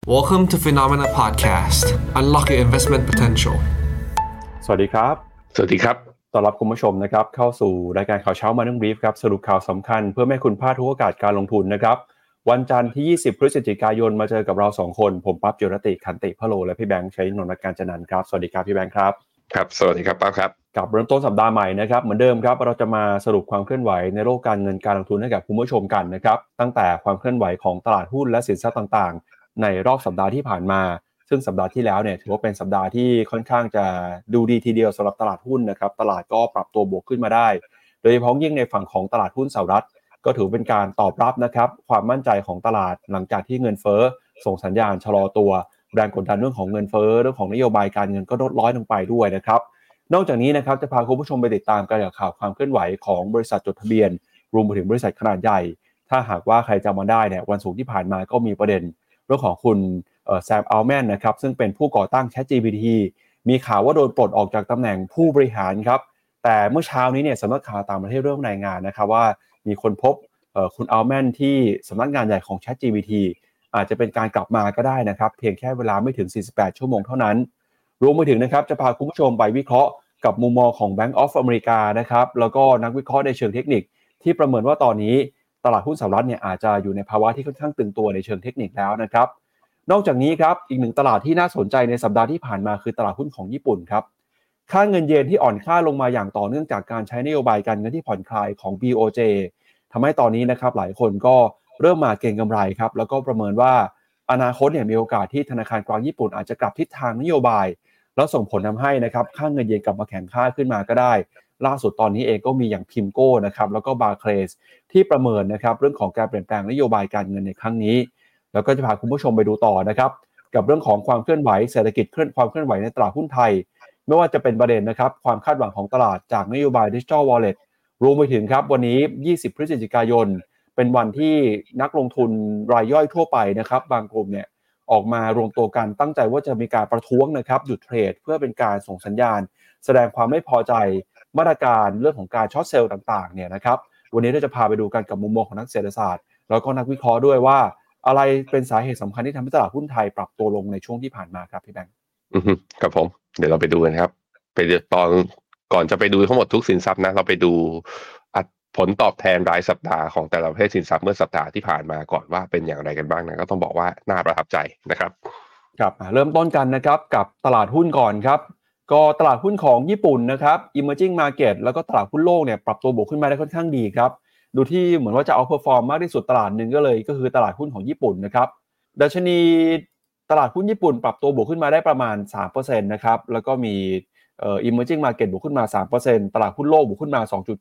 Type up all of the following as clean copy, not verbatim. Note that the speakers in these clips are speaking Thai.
Welcome to Phenomena Podcast. Unlock your investment potential. สวัสดีครับสวัสดีครับต้อนรับคุณผู้ชมนะครับเข้าสู่รายการข่าวเช้า Morning Brief ครับสรุปข่าวสำคัญเพื่อไม่ให้คุณพลาดทุกโอกาสการลงทุนนะครับวันจันทร์ที่20พฤศจิกายนมาเจอกับเรา2คนผมปั๊บจิรติขันติพโลและพี่แบงค์ชัยนนท์การจนันท์ครับสวัสดีครับพี่แบงค์ครับครับสวัสดีครับปั๊บครับกับเริ่มต้นสัปดาห์ใหม่นะครับเหมือนเดิมครับเราจะมาสรุปความเคลื่อนไหวในโลกการเงินการลงทุนให้กับคุณผู้ชมกันนะครับตั้งแต่ความเคลื่อนไหวของตลาดหุ้นและสินทรัพย์ต่างๆในรอบสัปดาห์ที่ผ่านมาซึ่งสัปดาห์ที่แล้วเนี่ยถือว่าเป็นสัปดาห์ที่ค่อนข้างจะดูดีทีเดียวสำหรับตลาดหุ้นนะครับตลาดก็ปรับตัวบวกขึ้นมาได้โดยเฉพาะยิ่งในฝั่งของตลาดหุ้นสหรัฐก็ถือเป็นการตอบรับนะครับความมั่นใจของตลาดหลังจากที่เงินเฟ้อส่งสัญญาณชะลอตัวแรงกดดันเรื่องของเงินเฟ้อเรื่องของนโยบายการเงินก็ลดน้อยลงไปด้วยนะครับนอกจากนี้นะครับจะพาคุณผู้ชมไปติดตามการข่าวความเคลื่อนไหวของบริษัทจดทะเบียนรวมไปถึงบริษัทขนาดใหญ่ถ้าหากว่าใครจำมาได้เนี่ยวันศุกร์ที่ผ่านมาก็มีประเด็นเรื่องของคุณแซม อัลแมนนะครับซึ่งเป็นผู้ก่อตั้ง ChatGPT มีข่าวว่าโดนปลดออกจากตำแหน่งผู้บริหารครับแต่เมื่อเช้านี้เนี่ยสำนักข่าวต่างประเทศเริ่มรายงานนะครับว่ามีคนพบคุณอัลแมนที่สำนักงานใหญ่ของ ChatGPT อาจจะเป็นการกลับมาก็ได้นะครับเพียงแค่เวลาไม่ถึง48ชั่วโมงเท่านั้นรวมไปถึงนะครับจะพาคุณผู้ชมไปวิเคราะห์กับมุมมองของ Bank of America นะครับแล้วก็นักวิเคราะห์ในเชิงเทคนิคที่ประเมินว่าตอนนี้ตลาดหุ้นสหรัฐเนี่ยอาจจะอยู่ในภาวะที่ค่อนข้างตึงตัวในเชิงเทคนิคแล้วนะครับนอกจากนี้ครับอีกหนึ่งตลาดที่น่าสนใจในสัปดาห์ที่ผ่านมาคือตลาดหุ้นของญี่ปุ่นครับค่าเงินเยนที่อ่อนค่าลงมาอย่างต่อเนื่องจากการใช้นโยบายการเงินที่ผ่อนคลายของ BOJ ทำให้ตอนนี้นะครับหลายคนก็เริ่มมาเก็งกำไรครับแล้วก็ประเมินว่าอนาคตเนี่ยมีโอกาสที่ธนาคารกลางญี่ปุ่นอาจจะกลับทิศทางนโยบายแล้วส่งผลทำให้นะครับค่าเงินเยนกลับมาแข็งค่าขึ้นมาก็ได้ล่าสุดตอนนี้เองก็มีอย่างพิมโก้นะครับแล้วก็บาร์เคลสที่ประเมินนะครับเรื่องของการเปลี่ยนแปลงนโยบายการเงินในครั้งนี้แล้วก็จะพาคุณผู้ชมไปดูต่อนะครับกับเรื่องของความเคลื่อนไหวเศรษฐกิจความเคลื่อนไหวในตลาดหุ้นไทยไม่ว่าจะเป็นประเด็นนะครับความคาดหวังของตลาดจากนโยบาย Digital Wallet รวมไปถึงครับวันนี้20พฤศจิกายนเป็นวันที่นักลงทุนรายย่อยทั่วไปนะครับบางกลุ่มเนี่ยออกมารวมตัวกันตั้งใจว่าจะมีการประท้วงนะครับหยุดเทรดเพื่อเป็นการส่งสัญญาณแสดงความไม่พอใจมาตรการเรื่องของการช็อตเซลล์ต่างๆเนี่ยนะครับวันนี้เราจะพาไปดูกันกับมุมมองของนักเศรษฐศาสตร์แล้วก็นักวิเคราะห์ด้วยว่าอะไรเป็นสาเหตุสำคัญที่ทำให้ตลาดหุ้นไทยปรับตัวลงในช่วงที่ผ่านมาครับพี่แบงค์ครับผมเดี๋ยวเราไปดูกันครับไปตอนก่อนจะไปดูทั้งหมดทุกสินทรัพย์นะเราไปดูผลตอบแทนรายสัปดาห์ของแต่ละประเภทสินทรัพย์เมื่อสัปดาห์ที่ผ่านมาก่อนว่าเป็นอย่างไรกันบ้างนะก็ต้องบอกว่าน่าประทับใจนะครับครับเริ่มต้นกันนะครับกับตลาดหุ้นก่อนครับก็ตลาดหุ้นของญี่ปุ่นนะครับ Emerging Market แล้วก็ตลาดหุ้นโลกเนี่ยปรับตัวบวกขึ้นมาได้ค่อนข้างดีครับดูที่เหมือนว่าจะเอาเพอร์ฟอร์มมากที่สุดตลาดหนึ่งก็คือตลาดหุ้นของญี่ปุ่นนะครับดัชนีตลาดหุ้นญี่ปุ่นปรับตัวบวกขึ้นมาได้ประมาณ 3% นะครับแล้วก็มีEmerging Market บวกขึ้นมา 3% ตลาดหุ้นโลกบวกขึ้นมา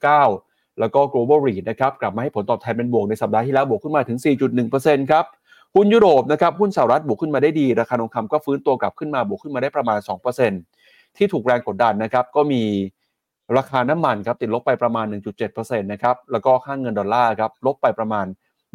2.9 แล้วก็ Global REIT นะครับกลับมาให้ผลตอบแทนเป็นบวกในสัปดาห์ที่แล้วบวกขึ้นมาถึง 4.1% ครับหุ้นยุโรปนะครับหุ้นสหรัฐบวกขึ้นมาได้ดีราคาทองคำก็ฟื้นตัวกลับขึ้นมาบวกขึ้นมาได้ประมาณ 2% ที่ถูกแรงกดดันนะครับก็มีราคาน้ำมันครับติดลบไปประมาณ 1.7% นะครับแล้วก็ค่าเงินดอลลาร์ครับลบไปประมาณ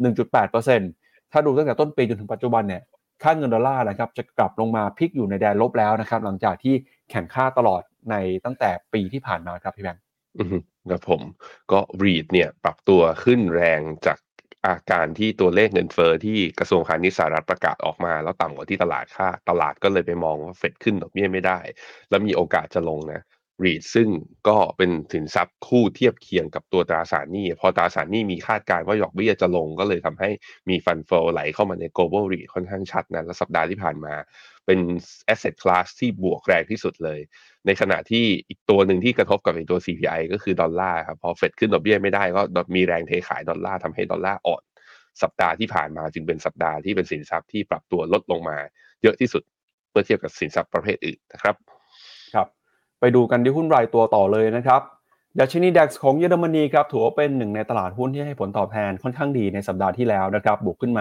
1.8% ถ้าดูตั้งแต่ต้นปีจนถึงปัจจุบันเนี่ยค่าเงินดอลลาร์นะครับจะกลับลงมาพลิกอยู่ในแดนลบแล้วนะครับหลังจากที่แข่งค่าตลอดในตั้งแต่ปีที่ผ่านมาครับพี่แบงค์ครับผมก็ REIT เนี่ยปรับตัวขึ้นแรงจากอาการที่ตัวเลขเงินเฟ้อที่กระทรวงพาณิชย์สหรัฐประกาศออกมาแล้วต่ำกว่าที่ตลาดคาดตลาดก็เลยไปมองว่าเฟดขึ้นดอกเบี้ยไม่ได้แล้วมีโอกาสจะลงนะ REIT ซึ่งก็เป็นสินทรัพย์คู่เทียบเคียงกับตัวตราสารหนี้พอตราสารหนี้มีคาดการณ์ว่าดอกเบี้ยจะลงก็เลยทำให้มีฟันโฟไหลเข้ามาใน Global REIT ค่อนข้างชัดนะและสัปดาห์ที่ผ่านมาเป็น asset class ที่บวกแรงที่สุดเลยในขณะที่อีกตัวหนึ่งที่กระทบกับตัว CPI ก็คือดอลลาร์ครับพอเฟดขึ้นดอกเบี้ยไม่ได้ก็มีแรงเทขายดอลลาร์ทำให้ดอลลาร์อ่อนสัปดาห์ที่ผ่านมาจึงเป็นสัปดาห์ที่เป็นสินทรัพย์ที่ปรับตัวลดลงมาเยอะที่สุดเมื่อเทียบกับสินทรัพย์ประเภทอื่นนะครับครับไปดูกันที่หุ้นรายตัวต่อเลยนะครับดัชนี DAX ของเยอรมนีครับถือว่าเป็นหนึ่งในตลาดหุ้นที่ให้ผลตอบแทนค่อนข้างดีในสัปดาห์ที่แล้วนะครับบวกขึ้นมา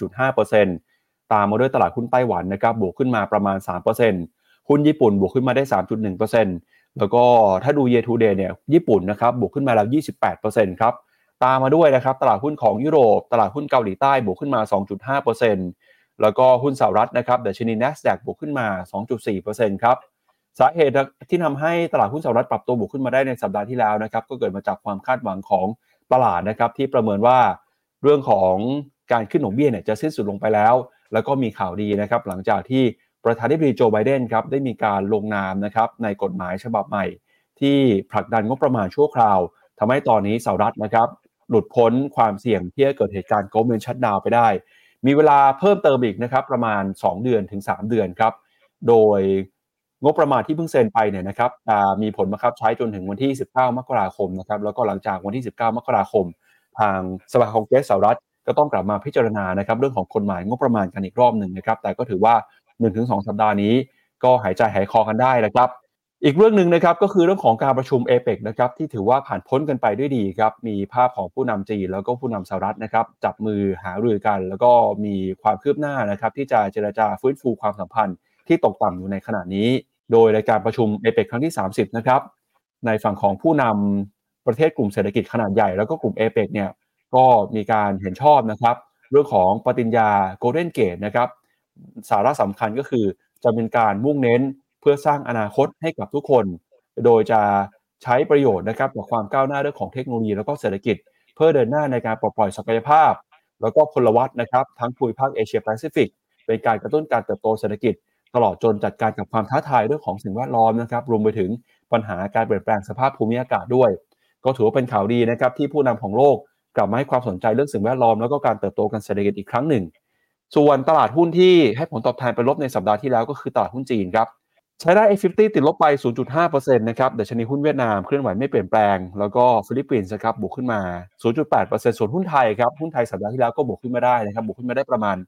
4.5% ตามมาด้วยตลาดหุ้นไต้หวันนะครับบวกขึ้นมาประมาณ 3% หุ้นญี่ปุ่นบวกขึ้นมาได้ 3.1% แล้วก็ถ้าดู year to date เนี่ยญี่ปุ่นนะครับบวกขึ้นมาแล้ว 28% ครับตามมาด้วยนะครับตลาดหุ้นของยุโรปตลาดหุ้นเกาหลีใต้บวกขึ้นมา 2.5% แล้วก็หุ้นสหรัฐนะครับดัชนี NASDAQ บวกขึ้นมา 2.4% ครับสาเหตุที่ทำให้ตลาดหุ้นสหรัฐปรับตัวบวกขึ้นมาได้ในสัปดาห์ที่แล้วนะครับก็เกิดมาจากความคาดหวังของตลาดนะครับที่ประเมินว่าเรื่องของการขึ้นดอกเบี้ยเนี่ยจะสิ้นสุดลงไปแล้วแล้วก็มีข่าวดีนะครับหลังจากที่ประธานาธิบดีโจไบเดนครับได้มีการลงนามนะครับในกฎหมายฉบับใหม่ที่ผลักดันงบประมาณชั่วคราวทำให้ตอนนี้สหรัฐนะครับหลุดพ้นความเสี่ยงที่จะเกิดเหตุการณ์ government shutdown ไปได้มีเวลาเพิ่มเติมอีกนะครับประมาณ2เดือนถึง3เดือนครับโดยงบประมาณที่เพิ่งเซ็นไปเนี่ยนะครับมีผลบังคับใช้จนถึงวันที่19มกราคมนะครับแล้วก็หลังจากวันที่19มกราคมทางสภาคองเกรสสหรัฐก็ต้องกลับมาพิจารณานะครับเรื่องของกฎหมายงบประมาณกันอีกรอบหนึ่งนะครับแต่ก็ถือว่า 1-2 สัปดาห์นี้ก็หายใจหายคอกันได้นะครับอีกเรื่องหนึ่งนะครับก็คือเรื่องของการประชุมเอเปกนะครับที่ถือว่าผ่านพ้นกันไปด้วยดีครับมีภาพของผู้นำจีนแล้วก็ผู้นำสหรัฐนะครับจับมือหารือกันแล้วก็มีความคืบหน้านะครับที่จะเจรจาฟื้นฟูความสัมพันธ์ที่ตกต่ำอยู่ในขณะนี้โดยในการประชุมเอเปกครั้งที่30นะครับในฝั่งของผู้นำประเทศกลุ่มเศรษฐกิจขนาดใหญ่แล้วก็กลุ่มเอเปกเนี่ยก็มีการเห็นชอบนะครับเรื่องของปฏิญญาโกลเด้นเกตนะครับสาระสำคัญก็คือจะเป็นการมุ่งเน้นเพื่อสร้างอนาคตให้กับทุกคนโดยจะใช้ประโยชน์นะครับจากความก้าวหน้าเรื่องของเทคโนโลยีแล้วก็เศรษฐกิจเพื่อเดินหน้าในการปลดปล่อยศักยภาพแล้วก็พลวัตนะครับทั้งภูมิภาคเอเชียแปซิฟิกเป็นการกระตุ้นการเติบโตเศรษฐกิจตลอดจนจัดการกับความท้าทายเรื่องของสิ่งแวดล้อมนะครับรวมไปถึงปัญหาการเปลี่ยนแปลงสภาพภูมิอากาศด้วยก็ถือว่าเป็นข่าวดีนะครับที่ผู้นำของโลกกลับมาให้ความสนใจเรื่องสิ่งแวดล้อมแล้วก็การเติบโตกันเศรษฐกิจอีกครั้งหนึ่งส่วนตลาดหุ้นที่ให้ผลตอบแทนเป็นลบในสัปดาห์ที่แล้วก็คือตลาดหุ้นจีนครับใช้ได้ A50 ติดลบไป 0.5% นะครับดัชนีหุ้นเวียดนามเคลื่อนไหวไม่เปลี่ยนแปลงแล้วก็ฟิลิปปินส์นะครับบวกขึ้นมา 0.8% ส่วนหุ้นไทยครับหุ้นไทยสัปดาห์ที่แล้วก็บวกขึ้นมาได้นะครับบวกขึ้นมาได้ประมาณ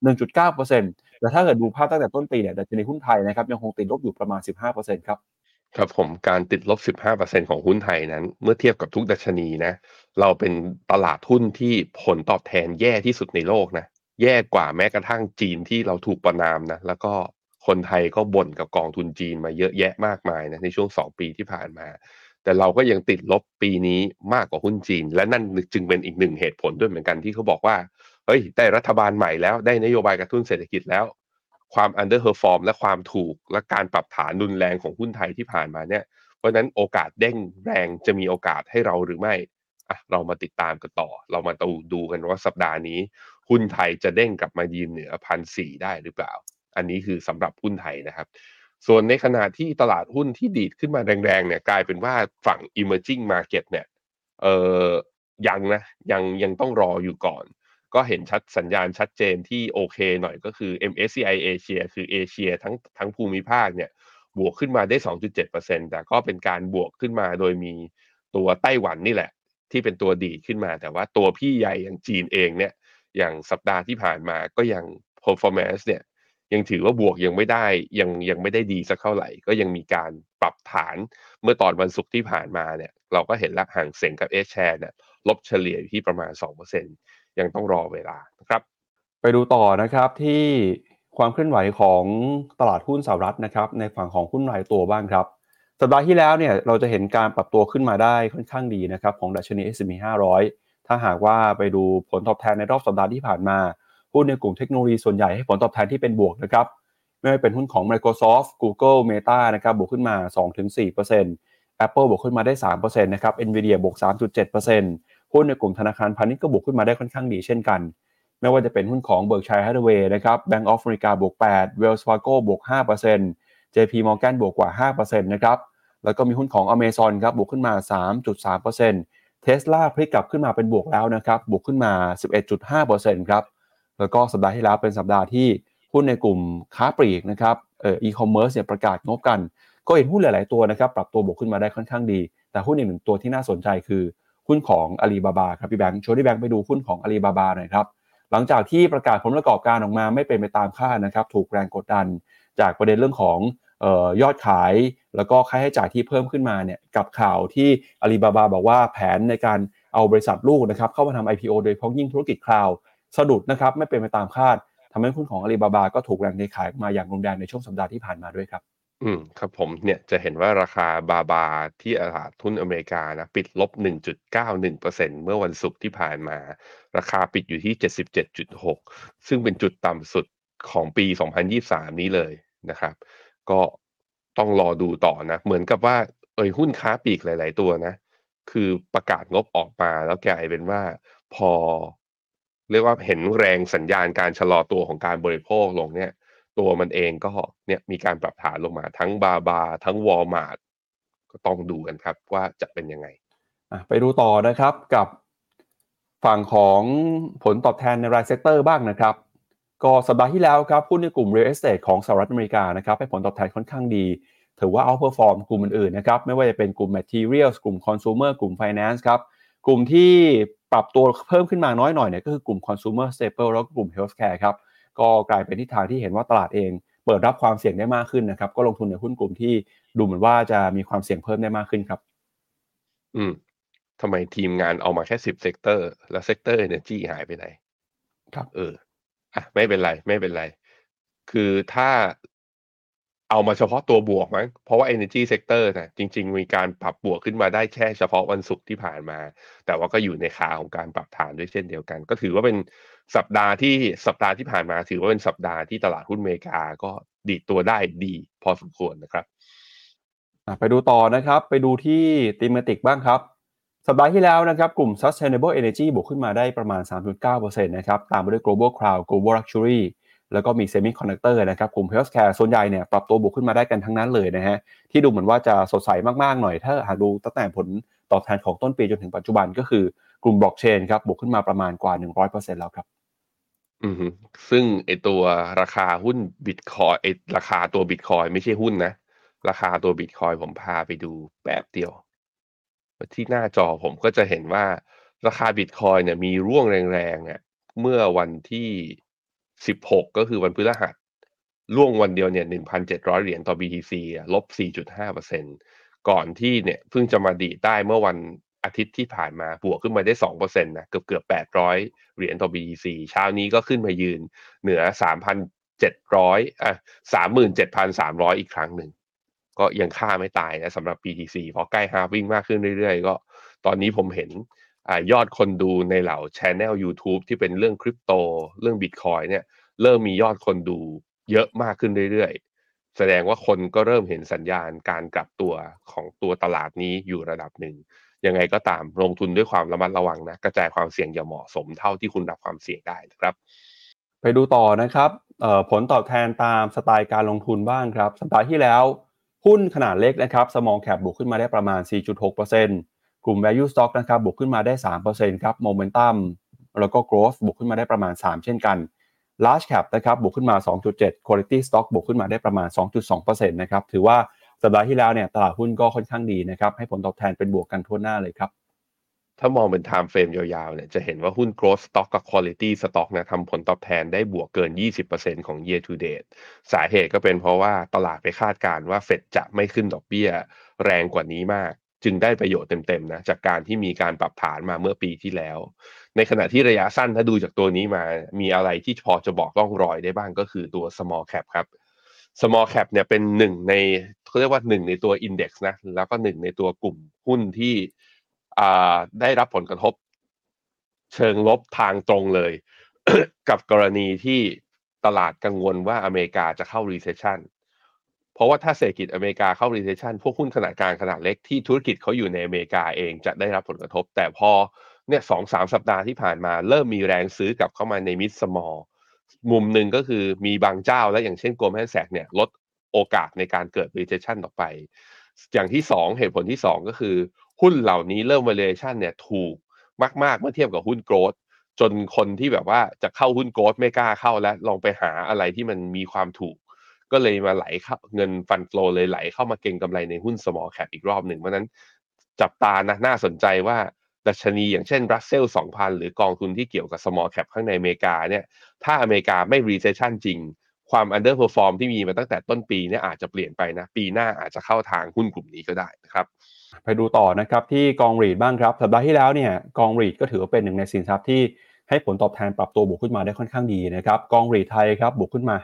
1.9% แต่ถ้าเกิดดูภาพตั้งแต่ต้นปีเนี่ยดัชนีหุ้นไทยนะครับยังคงติดลบอยู่ประมาณ 15% ครับครับผมการติดลบ 15% ของหุ้นไทยนั้นเมื่อเทียบกับทุกดัชนีนะเราเป็นตลาดหุ้นที่ผลตอบแทนแย่ที่สุดในโลกนะแย่กว่าแม้กระทั่งจีนที่เราถูกประณามนะแล้วก็คนไทยก็บ่นกับกองทุนจีนมาเยอะแยะมากมายนะในช่วง2ปีที่ผ่านมาแต่เราก็ยังติดลบปีนี้มากกว่าหุ้นจีนและนั่นจึงเป็นอีกหนึ่งเหตุผลด้วยเหมือนกันที่เขาบอกว่าเฮ้ยได้รัฐบาลใหม่แล้วได้นโยบายกระตุ้นเศรษฐกิจแล้วความ underperform และความถูกและการปรับฐานรุนแรงของหุ้นไทยที่ผ่านมาเนี่ยเพราะฉะนั้นโอกาสเด้งแรงจะมีโอกาสให้เราหรือไม่เรามาติดตามกันต่อเรามาดูกันว่าสัปดาห์นี้หุ้นไทยจะเด้งกลับมายืนเหนือ 1,400 ได้หรือเปล่าอันนี้คือสำหรับหุ้นไทยนะครับส่วนในขณะที่ตลาดหุ้นที่ดีดขึ้นมาแรงๆเนี่ยกลายเป็นว่าฝั่ง emerging market เนี่ยเอ่อยังนะยังต้องรออยู่ก่อนก็เห็นสัญญาณชัดเจนที่โอเคหน่อยก็คือ MSCI Asia คือเอเชียทั้งภูมิภาคเนี่ยบวกขึ้นมาได้ 2.7% แต่ก็เป็นการบวกขึ้นมาโดยมีตัวไต้หวันนี่แหละที่เป็นตัวดีดขึ้นมาแต่ว่าตัวพี่ใหญ่อย่างจีนเองเนี่ยอย่างสัปดาห์ที่ผ่านมาก็ยัง performance เนี่ยยังถือว่าบวกยังไม่ได้ยังไม่ได้ดีสักเท่าไหร่ก็ยังมีการปรับฐานเมื่อตอนวันศุกร์ที่ผ่านมาเนี่ยเราก็เห็นแล้วห่างเสียงกับ H-share เนี่ยลบเฉลี่ยอยู่ที่ประมาณ 2% ยังต้องรอเวลานะครับไปดูต่อนะครับที่ความเคลื่อนไหวของตลาดหุ้นสหรัฐนะครับในฝั่งของหุ้นรายตัวบ้างครับสัปดาห์ที่แล้วเนี่ยเราจะเห็นการปรับตัวขึ้นมาได้ค่อนข้างดีนะครับของดัชนี S&P 500ถ้าหากว่าไปดูผลตอบแทนในรอบสัปดาห์ที่ผ่านมาหุ้นในกลุ่มเทคโนโลยีส่วนใหญ่ให้ผลตอบแทนที่เป็นบวกนะครับไม่ว่าเป็นหุ้นของ Microsoft Google Meta นะครับบวกขึ้นมา 2-4% Apple บวกขึ้นมาได้ 3% นะครับ Nvidia บวก 3.7%หุ้นในกลุ่มธนาคารพาณิชย์ก็บวกขึ้นมาได้ค่อนข้างดีเช่นกันไม่ว่าจะเป็นหุ้นของ Berkshire Hathaway นะครับ Bank of America บวก 8 Wells Fargo บวก 5% JP Morgan บวกกว่า 5% นะครับแล้วก็มีหุ้นของ Amazon ครับบวกขึ้นมา 3.3% Tesla พลิกกลับขึ้นมาเป็นบวกแล้วนะครับบวกขึ้นมา 11.5% ครับแล้วก็สัปดาห์ที่แล้วเป็นสัปดาห์ที่หุ้นในกลุ่มค้าปลีกนะครับe-commerce เนี่ยประกาศงบกันก็เห็นหุ้นหลายๆตัวนะครับปรับตัวบวกขึ้นมาได้ค่อนข้างดีแต่หุ้นอีกหนึ่งตัวที่น่าสนใจคือหุ้นของ Alibaba ครับพี่แบงค์ชวนพี่แบงค์ไปดูหุ้นของ Alibaba หน่อยครับหลังจากที่ประกาศผลประกอบการออกมาไม่เป็นไปตามคาดนะครับถูกแรงกดดันจากประเด็นเรื่องของยอดขายแล้วก็ค่าใช้จ่ายที่เพิ่มขึ้นมาเนี่ยกับข่าวที่ Alibaba บอกว่าแผนในการเอาบริษัทลูกนะครับเข้ามาทำ IPO โดยเฉพาะยิ่งธุรกิจคลาวด์สะดุดนะครับไม่เป็นไปตามคาดทำให้หุ้นของ Alibaba ก็ถูกแรงเทขายมาอย่างรุนแรงในช่วงสัปดาห์ที่ผ่านมาด้วยครับครับผมเนี่ยจะเห็นว่าราคาบาที่ตลาดหุ้นอเมริกานะปิดลบ 1.91% เมื่อวันศุกร์ที่ผ่านมาราคาปิดอยู่ที่ 77.6 ซึ่งเป็นจุดต่ำสุดของปี 2023 นี้เลยนะครับก็ต้องรอดูต่อนะเหมือนกับว่าหุ้นค้าปลีกหลายๆตัวนะคือประกาศงบออกมาแล้วกลายเป็นว่าพอเรียกว่าเห็นแรงสัญญาณการชะลอตัวของการบริโภคลงเนี่ยตัวมันเองก็เนี่ยมีการปรับฐานลงมาทั้งบาทั้ง Walmart ก็ต้องดูกันครับว่าจะเป็นยังไงไปดูต่อนะครับกับฝั่งของผลตอบแทนในรายเซกเตอร์บ้างนะครับก็สัปดาห์ที่แล้วครับหุ้นในกลุ่ม Real Estate ของสหรัฐอเมริกานะครับให้ผลตอบแทนค่อนข้างดีถือว่า outperform กลุ่มอื่นๆนะครับไม่ว่าจะเป็นกลุ่ม Materials กลุ่ม Consumer กลุ่ม Finance ครับกลุ่มที่ปรับตัวเพิ่มขึ้นมาน้อยหน่อยเนี่ยก็คือกลุ่ม Consumer Staple แล้วก็กลุ่ม Healthcare ครับก็กลายเป็นทิศทางที่เห็นว่าตลาดเองเปิดรับความเสี่ยงได้มากขึ้นนะครับก็ลงทุนในหุ้นกลุ่มที่ดูเหมือนว่าจะมีความเสี่ยงเพิ่มได้มากขึ้นครับอืมทำไมทีมงานเอามาแค่10เซกเตอร์แล้วเซกเตอร์ Energy หายไปไหนครับเออไม่เป็นไรไม่เป็นไรคือถ้าเอามาเฉพาะตัวบวกมั้งเพราะว่า Energy Sector น่ะจริงๆมีการปรับบวกขึ้นมาได้แค่เฉพาะวันศุกร์ที่ผ่านมาแต่ว่าก็อยู่ในขาของการปรับฐานด้วยเช่นเดียวกันก็ถือว่าเป็นสัปดาห์ที่ผ่านมาถือว่าเป็นสัปดาห์ที่ตลาดหุ้นอเมริกาก็ดีดตัวได้ดีพอสมควรนะครับไปดูต่อนะครับไปดูที่ Thematic บ้างครับสัปดาห์ที่แล้วนะครับกลุ่ม Sustainable Energy บวกขึ้นมาได้ประมาณ 3.9% นะครับตามไปด้วย Global Cloud Global Luxury แล้วก็มี Semiconductor นะครับกลุ่ม Healthcare ส่วนใหญ่เนี่ยปรับตัวบวกขึ้นมาได้กันทั้งนั้นเลยนะฮะที่ดูเหมือนว่าจะสดใสมากๆหน่อยถ้าหากดูตั้งแต่ผลตอบแทนของต้นปีจนถึงปัจจุบันก็คือกลุ่ม Blockchain ครับบวกขึ้นมาประมาณกว่า 100% แล้วครับอือฮึซึ่งไอ้ตัวราคาหุ้นบิตคอยไอ้ราคาตัวบิตคอยไม่ใช่หุ้นนะราคาตัวบิตคอยผมพาไปดูแป๊บเดียว ที่หน้าจอผมก็จะเห็นว่าราคาบิตคอยเนี่ยมีร่วงแรงๆเมื่อวันที่16ก็คือวันพฤหัสร่วงวันเดียวเนี่ย 1,700 เหรียญต่อ BTC ลบ 4.5%ก่อนที่เนี่ยเพิ่งจะมาดีดได้เมื่อวันอาทิตย์ที่ผ่านมาบวกขึ้นมาได้2%นะเกือบ800เหรียญต่อ BTC เช้านี้ก็ขึ้นมายืนเหนือ3,70037,300อีกครั้งหนึ่ง ก็ยังฆ่าไม่ตายนะสำหรับ BTC พอใกล้ halving มากขึ้นเรื่อยๆก็ตอนนี้ผมเห็นยอดคนดูในเหล่า channel ยูทูบที่เป็นเรื่องคริปโตเรื่องบิตคอยเนี่ยเริ่มมียอดคนดูเยอะมากขึ้นเรื่อยๆแสดงว่าคนก็เริ่มเห็นสัญญาณการกลับตัวของตัวตลาดนี้อยู่ระดับหนึ่งยังไงก็ตามลงทุนด้วยความระมัดระวังนะกระจายความเสี่ยงอย่าเหมาะสมเท่าที่คุณรับความเสี่ยงได้นะครับไปดูต่อนะครับผลตอบแทนตามสไตล์การลงทุนบ้างครับสัปดาห์ที่แล้วหุ้นขนาดเล็กนะครับ small cap บวกขึ้นมาได้ประมาณ 4.6% กลุ่ม value stock นะครับบวกขึ้นมาได้ 3% ครับ momentum แล้วก็ growth บวกขึ้นมาได้ประมาณ 3 เช่นกัน large cap นะครับบวกขึ้นมา 2.7 quality stock บวกขึ้นมาได้ประมาณ 2.2% นะครับถือว่าสัปดาห์ที่แล้วเนี่ยตลาดหุ้นก็ค่อนข้างดีนะครับให้ผลตอบแทนเป็นบวกกันทั่วหน้าเลยครับถ้ามองเป็น time frame ยาวๆเนี่ยจะเห็นว่าหุ้น growth stock กับ quality stock นะทำผลตอบแทนได้บวกเกิน 20% ของ year to date สาเหตุก็เป็นเพราะว่าตลาดไปคาดการณ์ว่าเฟดจะไม่ขึ้นดอกเบี้ยแรงกว่านี้มากจึงได้ประโยชน์เต็มๆนะจากการที่มีการปรับฐานมาเมื่อปีที่แล้วในขณะที่ระยะสั้นถ้าดูจากตัวนี้มามีอะไรที่พอจะบอกร่องรอยได้บ้างก็คือตัว small cap ครับ small cap เนี่ยเป็นหนึ่งในเขาเรียกว่าหนึ่งในตัว index นะแล้วก็หนึ่งในตัวกลุ่มหุ้นที่ได้รับผลกระทบเชิงลบทางตรงเลย กับกรณีที่ตลาดกังวลว่าอเมริกาจะเข้า recession เพราะว่าถ้าเศรษฐกิจอเมริกาเข้า recession พวกหุ้นขนาดกลางขนาดเล็กที่ธุรกิจเขาอยู่ในอเมริกาเองจะได้รับผลกระทบแต่พอเนี่ย2-3สัปดาห์ที่ผ่านมาเริ่มมีแรงซื้อกลับเข้ามาใน mid small มุมหนึ่งก็คือมีบางเจ้าและอย่างเช่น Goldman Sachs เนี่ยลดโอกาสในการเกิด recession ออกไปอย่างที่2เหตุผลที่2ก็คือหุ้นเหล่านี้เริ่ม valuation เนี่ยถูกมากๆเมื่อเทียบกับหุ้น growth จนคนที่แบบว่าจะเข้าหุ้น growth ไม่กล้าเข้าแล้วลองไปหาอะไรที่มันมีความถูกก็เลยมาไหลเข้าเงินฟันโฟลเลยไหลเข้ามาเก็งกำไรในหุ้น small cap อีกรอบหนึ่งเพราะนั้นจับตานะน่าสนใจว่าดัชนีอย่างเช่น Russell 2000 หรือกองทุนที่เกี่ยวกับ small cap ข้างในอเมริกาเนี่ยถ้าอเมริกาไม่ recession จริงความ underperform ที่มีมาตั้งแต่ต้นปีเนี่ยอาจจะเปลี่ยนไปนะปีหน้าอาจจะเข้าทางหุ้นกลุ่มนี้ก็ได้นะครับไปดูต่อนะครับที่กองรีทบ้างครับสัปดาห์ที่แล้วเนี่ยกองรีทก็ถือว่าเป็นหนึ่งในสินทรัพย์ที่ให้ผลตอบแทนปรับตัวบวกขึ้นมาได้ค่อนข้างดีนะครับกองรีทไทยครับบวกขึ้นมา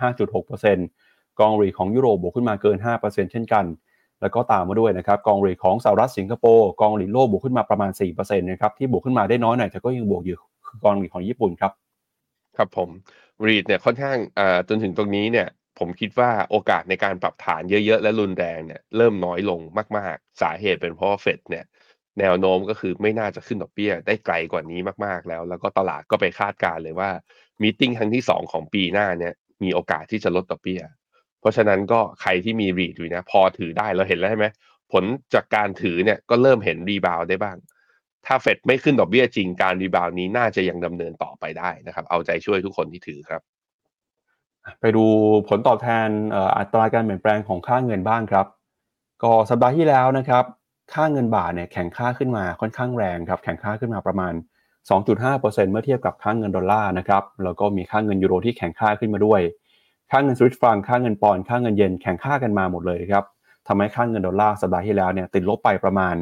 5.6% กองรีทของยุโรปบวกขึ้นมาเกิน 5% เช่นกันแล้วก็ตามมาด้วยนะครับกองรีทของสหรัฐสิงคโปร์กองรีทโลกบวกขึ้นมาประมาณ 4% นะครับที่บวกขึ้นมาได้น้อยหน่อยแต่ก็ยังบวกอยู่คือกองรีทของญี่ปุ่นครับครับผม REIT เนี่ยค่อนข้างจนถึงตรงนี้เนี่ยผมคิดว่าโอกาสในการปรับฐานเยอะๆและรุนแรงเนี่ยเริ่มน้อยลงมากๆสาเหตุเป็นเพราะว่าเฟดเนี่ยแนวโน้มก็คือไม่น่าจะขึ้นดอกเบี้ยได้ไกลกว่านี้มากๆแล้วก็ตลาดก็ไปคาดการณ์เลยว่ามีตติงครั้งที่2ของปีหน้าเนี่ยมีโอกาสที่จะลดดอกเบี้ยเพราะฉะนั้นก็ใครที่มี REIT อยู่นะพอถือได้เราเห็นแล้วใช่ไหมผลจากการถือเนี่ยก็เริ่มเห็นรีบาวด์ได้บ้างถ้าเฟดไม่ขึ้นดอกเบี้ยจริงการรีบาวด์นี้น่าจะยังดำเนินต่อไปได้นะครับเอาใจช่วยทุกคนที่ถือครับไปดูผลตอบแทนอัตราการเปลี่ยนแปลงของค่าเงินบ้างครับก็สัปดาห์ที่แล้วนะครับค่าเงินบาทเนี่ยแข็งค่าขึ้นมาค่อนข้างแรงครับแข็งค่าขึ้นมาประมาณ 2.5% เมื่อเทียบกับค่าเงินดอลลาร์นะครับแล้วก็มีค่าเงินยูโรที่แข็งค่าขึ้นมาด้วยค่าเงินสวิสฟรังค่าเงินปอนด์ค่าเงินเยนแข็งค่ากันมาหมดเลยครับทำให้ค่าเงินดอลลาร์สัปดาห์ที่แล้วเนี่ยติดลบไปประมาณ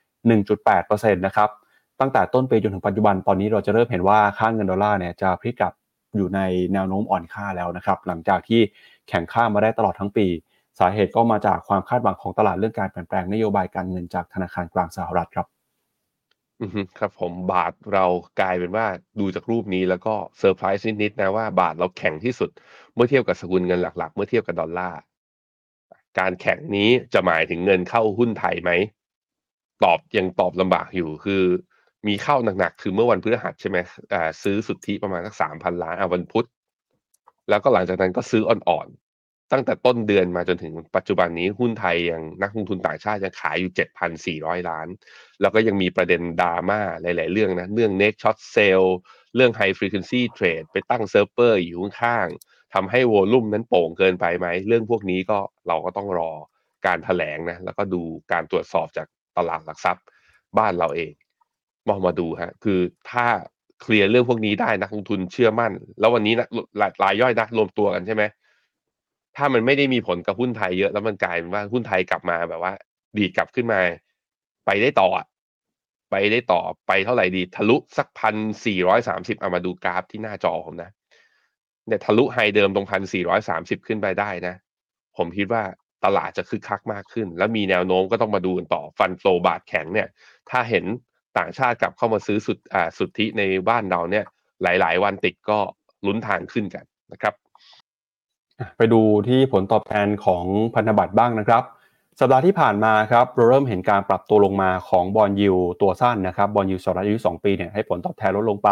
1.8% นะครับตั้งแต่ต้นปีจนถึงปัจจุบันตอนนี้เราจะเริ่มเห็นว่าค่าเงินดอลลาร์เนี่ยจะพลิกกลับอยู่ในแนวโน้มอ่อนค่าแล้วนะครับหลังจากที่แข็งค่ามาได้ตลอดทั้งปีสาเหตุก็มาจากความคาดหวังของตลาดเรื่องการเปลี่ยนแปลงนโยบายการเงินจากธนาคารกลางสหรัฐครับครับผมบาทเรากลายเป็นว่าดูจากรูปนี้แล้วก็เซอร์ไพรส์นิดๆนะว่าบาทเราแข็งที่สุดเมื่อเทียบกับสกุลเงินหลักๆเมื่อเทียบกับดอลลาร์การแข็งนี้จะหมายถึงเงินเข้าหุ้นไทยไหมยังตอบลำบากอยู่คือมีเข้าหนักๆคือเมื่อวันพฤหัสใช่ไหมซื้อสุทธิประมาณสัก3,000 ล้านวันพุธแล้วก็หลังจากนั้นก็ซื้ออ่อนๆตั้งแต่ต้นเดือนมาจนถึงปัจจุบันนี้หุ้นไทยยังนักลงทุนต่างชาติยังขายอยู่7,400 ล้านแล้วก็ยังมีประเด็นดราม่าหลายๆเรื่องนะเรื่อง Next Short Sale เรื่อง High Frequency Trade ไปตั้งเซิร์ฟเวอร์อยู่ข้างๆทำให้วอลุ่มนั้นโป่งเกินไปไหมเรื่องพวกนี้ก็เราก็ต้องรอการแถลงนะแล้วก็ดูการตรวจสอบจากตลาดหลักทรัพย์บ้านเราเองมาดูฮะคือถ้าเคลียร์เรื่องพวกนี้ได้นักลงทุนเชื่อมั่นแล้ววันนี้นะรายย่อยนักรวมตัวกันใช่ไหมถ้ามันไม่ได้มีผลกับหุ้นไทยเยอะแล้วมันกลายเป็นว่าหุ้นไทยกลับมาแบบว่าดีดกลับขึ้นมาไปได้ต่อไปได้ต่อไปเท่าไหร่ดีทะลุสัก1,430เอามาดูกราฟที่หน้าจอผมนะเนี่ยทะลุไฮเดิมตรง1,430ขึ้นไปได้นะผมคิดว่าตลาดจะคึกคักมากขึ้นแล้วมีแนวโน้มก็ต้องมาดูกันต่อฟันโฟบาทแข็งเนี่ยถ้าเห็นต่างชาติกลับเข้ามาซื้อสุทธิในบ้านเราเนี่ยหลายๆวันติดก็ลุ้นทางขึ้นกันนะครับไปดูที่ผลตอบแทนของพันธบัตรบ้างนะครับสัปดาห์ที่ผ่านมาครับเราเริ่มเห็นการปรับตัวลงมาของบอนด์ยิลด์ตัวสั้นนะครับบอนด์ยิลด์สหรัฐอายุ2ปีเนี่ยให้ผลตอบแทนลดลงไป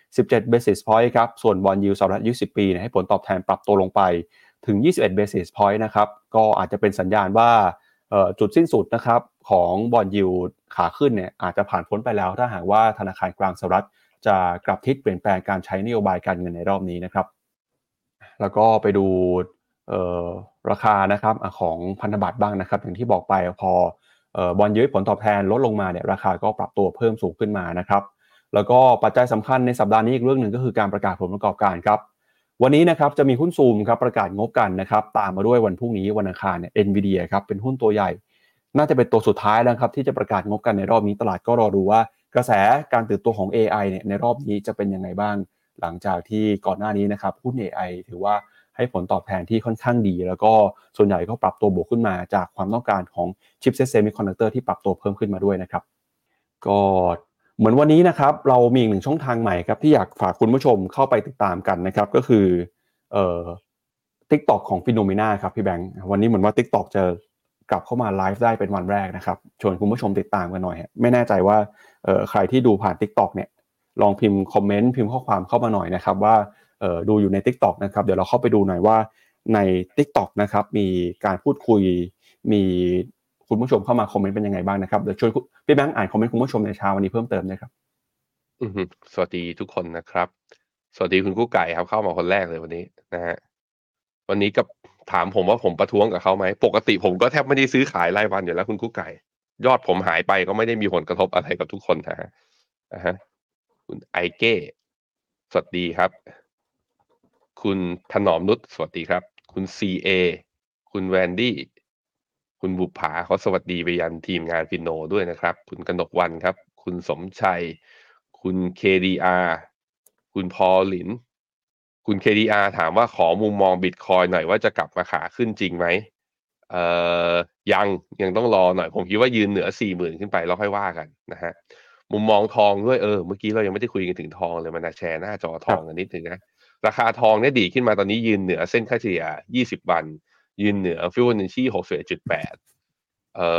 17 basis point ครับส่วนบอนด์ยิลด์สหรัฐอายุ10ปีเนี่ยให้ผลตอบแทนปรับตัวลงไปถึง21 basis point นะครับก็อาจจะเป็นสัญญาณว่าจุดสิ้นสุดนะครับของบอนด์ยิลด์ขาขึ้นเนี่ยอาจจะผ่านพ้นไปแล้วถ้าหากว่าธนาคารกลางสหรัฐจะกลับทิศเปลี่ยนแปลงการใช้นโยบายการเงินในรอบนี้นะครับแล้วก็ไปดูเอ่อราคานะครับของพันธบัตรบ้างนะครับอย่างที่บอกไปพอบอนด์ยิลด์ผลตอบแทนลดลงมาเนี่ยราคาก็ปรับตัวเพิ่มสูงขึ้นมานะครับแล้วก็ปัจจัยสำคัญในสัปดาห์นี้อีกเรื่องหนึ่งก็คือการประกาศผลประกอบการครับวันนี้นะครับจะมีหุ้นซูมครับประกาศงบกันนะครับตามมาด้วยวันพรุ่งนี้วันอังคารเนี่ย NVIDIA ครับเป็นหุ้นตัวใหญ่น่าจะเป็นตัวสุดท้ายแล้วครับที่จะประกาศงบกันในรอบนี้ตลาดก็รอดูว่ากระแสการตื่นตัวของ AI เนี่ยในรอบนี้จะเป็นยังไงบ้างหลังจากที่ก่อนหน้านี้นะครับหุ้น AI ถือว่าให้ผลตอบแทนที่ค่อนข้างดีแล้วก็ส่วนใหญ่ก็ปรับตัวบวกขึ้นมาจากความต้องการของชิปเซ็ตเซมิคอนดักเตอร์ที่ปรับตัวเพิ่มขึ้นมาด้วยนะครับก็เหมือนวันนี้นะครับเรามีอีกหนึ่งช่องทางใหม่ครับที่อยากฝากคุณผู้ชมเข้าไปติดตามกันนะครับก็คือเอ่อ TikTok ของ Phenomena ครับพี่แบงค์วันนี้เหมือนว่า TikTok จะกลับเข้ามาไลฟ์ได้เป็นวันแรกนะครับชวนคุณผู้ชมติดตามกันหน่อยไม่แน่ใจว่าใครที่ดูผ่าน TikTok เนี่ยลองพิมพ์คอมเมนต์พิมพ์ข้อความเข้ามาหน่อยนะครับว่าดูอยู่ใน TikTok นะครับเดี๋ยวเราเข้าไปดูหน่อยว่าใน TikTok นะครับมีการพูดคุยมีคุณผู้ชมเข้ามาคอมเมนต์เป็นยังไงบ้างนะครับเดี๋ยวช่วยพี่แบงค์อ่านคอมเมนต์คุณผู้ชมในเช้าวันนี้เพิ่มเติมนะครับสวัสดีทุกคนนะครับสวัสดีคุณกู้ไก่ครับเข้ามาคนแรกเลยวันนี้นะฮะวันนี้กับถามผมว่าผมประท้วงกับเขาไหมปกติผมก็แทบไม่ได้ซื้อขายรายวันอยู่แล้วคุณกู้ไก่ยอดผมหายไปก็ไม่ได้มีผลกระทบอะไรกับทุกคนนะฮะคุณไอเก้สวัสดีครับคุณถนอมนุชสวัสดีครับคุณซีเอคุณแวนดี้คุณบุปผาเขาสวัสดีไปยันทีมงานฟินโนด้วยนะครับคุณกนกวรรณครับคุณสมชัยคุณ KDR คุณพอลินคุณ KDR ถามว่าขอมุมมองบิตคอยหน่อยว่าจะกลับมาขาขึ้นจริงไหมเอ่อยังต้องรอหน่อยผมคิดว่ายืนเหนือ 40,000 ขึ้นไปแล้วค่อยว่ากันนะฮะมุมมองทองด้วยเมื่อกี้เรายังไม่ได้คุยกันถึงทองเลยมันแชร์หน้าจอทองกันนิดนึงนะราคาทองเนี่ยดีขึ้นมาตอนนี้ยืนเหนือเส้นค่าเฉลี่ย20 วันยืนเหนือฟิโบนัชชี61.8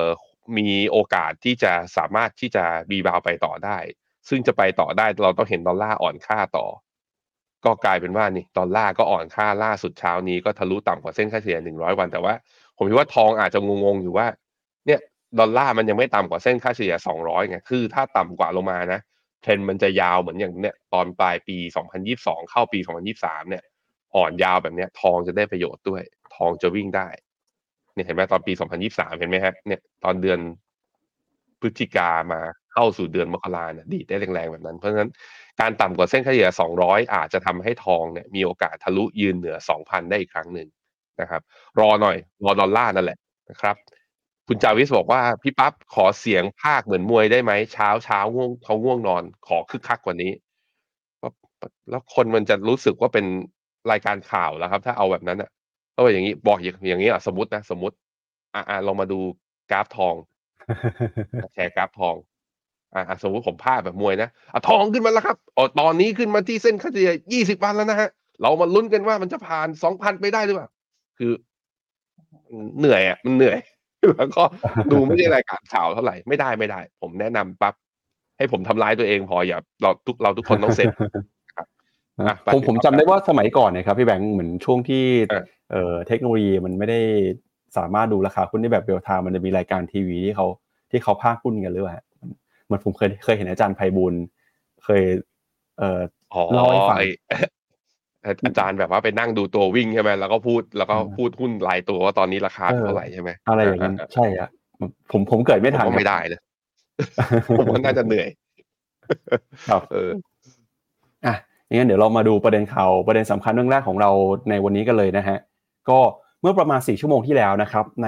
มีโอกาสที่จะสามารถที่จะรีบาวไปต่อได้ซึ่งจะไปต่อได้เราต้องเห็นดอลลาร์อ่อนค่าต่อก็กลายเป็นว่านี่ดอลลาร์ก็อ่อนค่าล่าสุดเช้านี้ก็ทะลุต่ำกว่าเส้นค่าเฉลี่ย100วันแต่ว่าผมคิดว่าทองอาจจะงงๆอยู่ว่าเนี่ยดอลลาร์มันยังไม่ต่ำกว่าเส้นค่าเฉลี่ย200ไงคือถ้าต่ำกว่าลงมานะเทรนด์มันจะยาวเหมือนอย่างเนี่ยตอนปลายปี2022เข้าปี2023เนี่ยอ่อนยาวแบบเนี้ยทองจะได้ประโยชน์ด้วยทองจะวิ่งได้เนี่ยเห็นไหมตอนปี2023เห็นไหมฮะเนี่ยตอนเดือนพฤศจิกามาเข้าสู่เดือนมกราเนี่ยดีดได้แรงๆแบบนั้นเพราะฉะนั้นการต่ำกว่าเส้นเฉลี่ย200อาจจะทำให้ทองเนี่ยมีโอกาสทะลุยืนเหนือ 2,000 ได้อีกครั้งหนึ่งนะครับรอหน่อยรอดอลลาร์นั่นแหละนะครับคุณจาวิสบอกว่าพี่ปั๊บขอเสียงพากย์เหมือนมวยได้ไหมเช้าง่วงเขาง่วงนอนขอคึกคักกว่านี้ก็แล้วคนมันจะรู้สึกว่าเป็นรายการข่าวแล้วครับถ้าเอาแบบนั้นน่ะก็อย่างงี้บอกอย่างงี้สมมุตินะสมมุติลองมาดูกราฟทองแชร์กราฟทองสมมุติผมพากย์แบบมวยนะทองขึ้นมาแล้วครับตอนนี้ขึ้นมาที่เส้นค่าเฉลี่ย20วันแล้วนะครับเรามาลุ้นกันว่ามันจะผ่าน 2,000 ไปได้หรือเปล่าคือเหนื่อยอะมันเหนื่อยแล้วก็ดูไม่ใช่รายการข่าวเท่าไรไม่ได้ผมแนะนำปั๊บให้ผมทำร้ายตัวเองพออย่าเราทุกคนต้องเซฟครับผมจำได้ว่าสมัยก่อนเนี่ยครับพี่แบงค์เหมือนช่วงที่เทคโนโลยีมันไม่ได้สามารถดูราคาหุ้นได้แบบเรียลไทม์มันจะมีรายการทีวีที่เขาพากย์หุ้นกันหรือเปล่าเหมือนผมเคยเห็นอาจารย์ไพบูลย์เคยเล่าให้ฟังอาจารย์แบบว่าไปนั่งดูตัววิ่งใช่ไหมแล้วก็พูดหุ้นรายตัวว่าตอนนี้ราคาเท่าไหร่ใช่ไหมอะไรอย่างนั้นใช่ครับผมเกิดไม่ทันผมไม่ได้เลยผมว่าน่าจะเหนื่อยครับงั้นเดี๋ยวเรามาดูประเด็นข่าวประเด็นสำคัญเรื่องแรกของเราในวันนี้กันเลยนะฮะก็เมื่อประมาณ4ชั่วโมงที่แล้วนะครับใน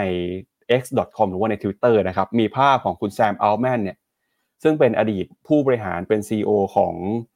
x.com หรือว่าใน Twitter นะครับมีภาพของคุณแซม อัลแมนเนี่ยซึ่งเป็นอดีตผู้บริหารเป็น CEO ของ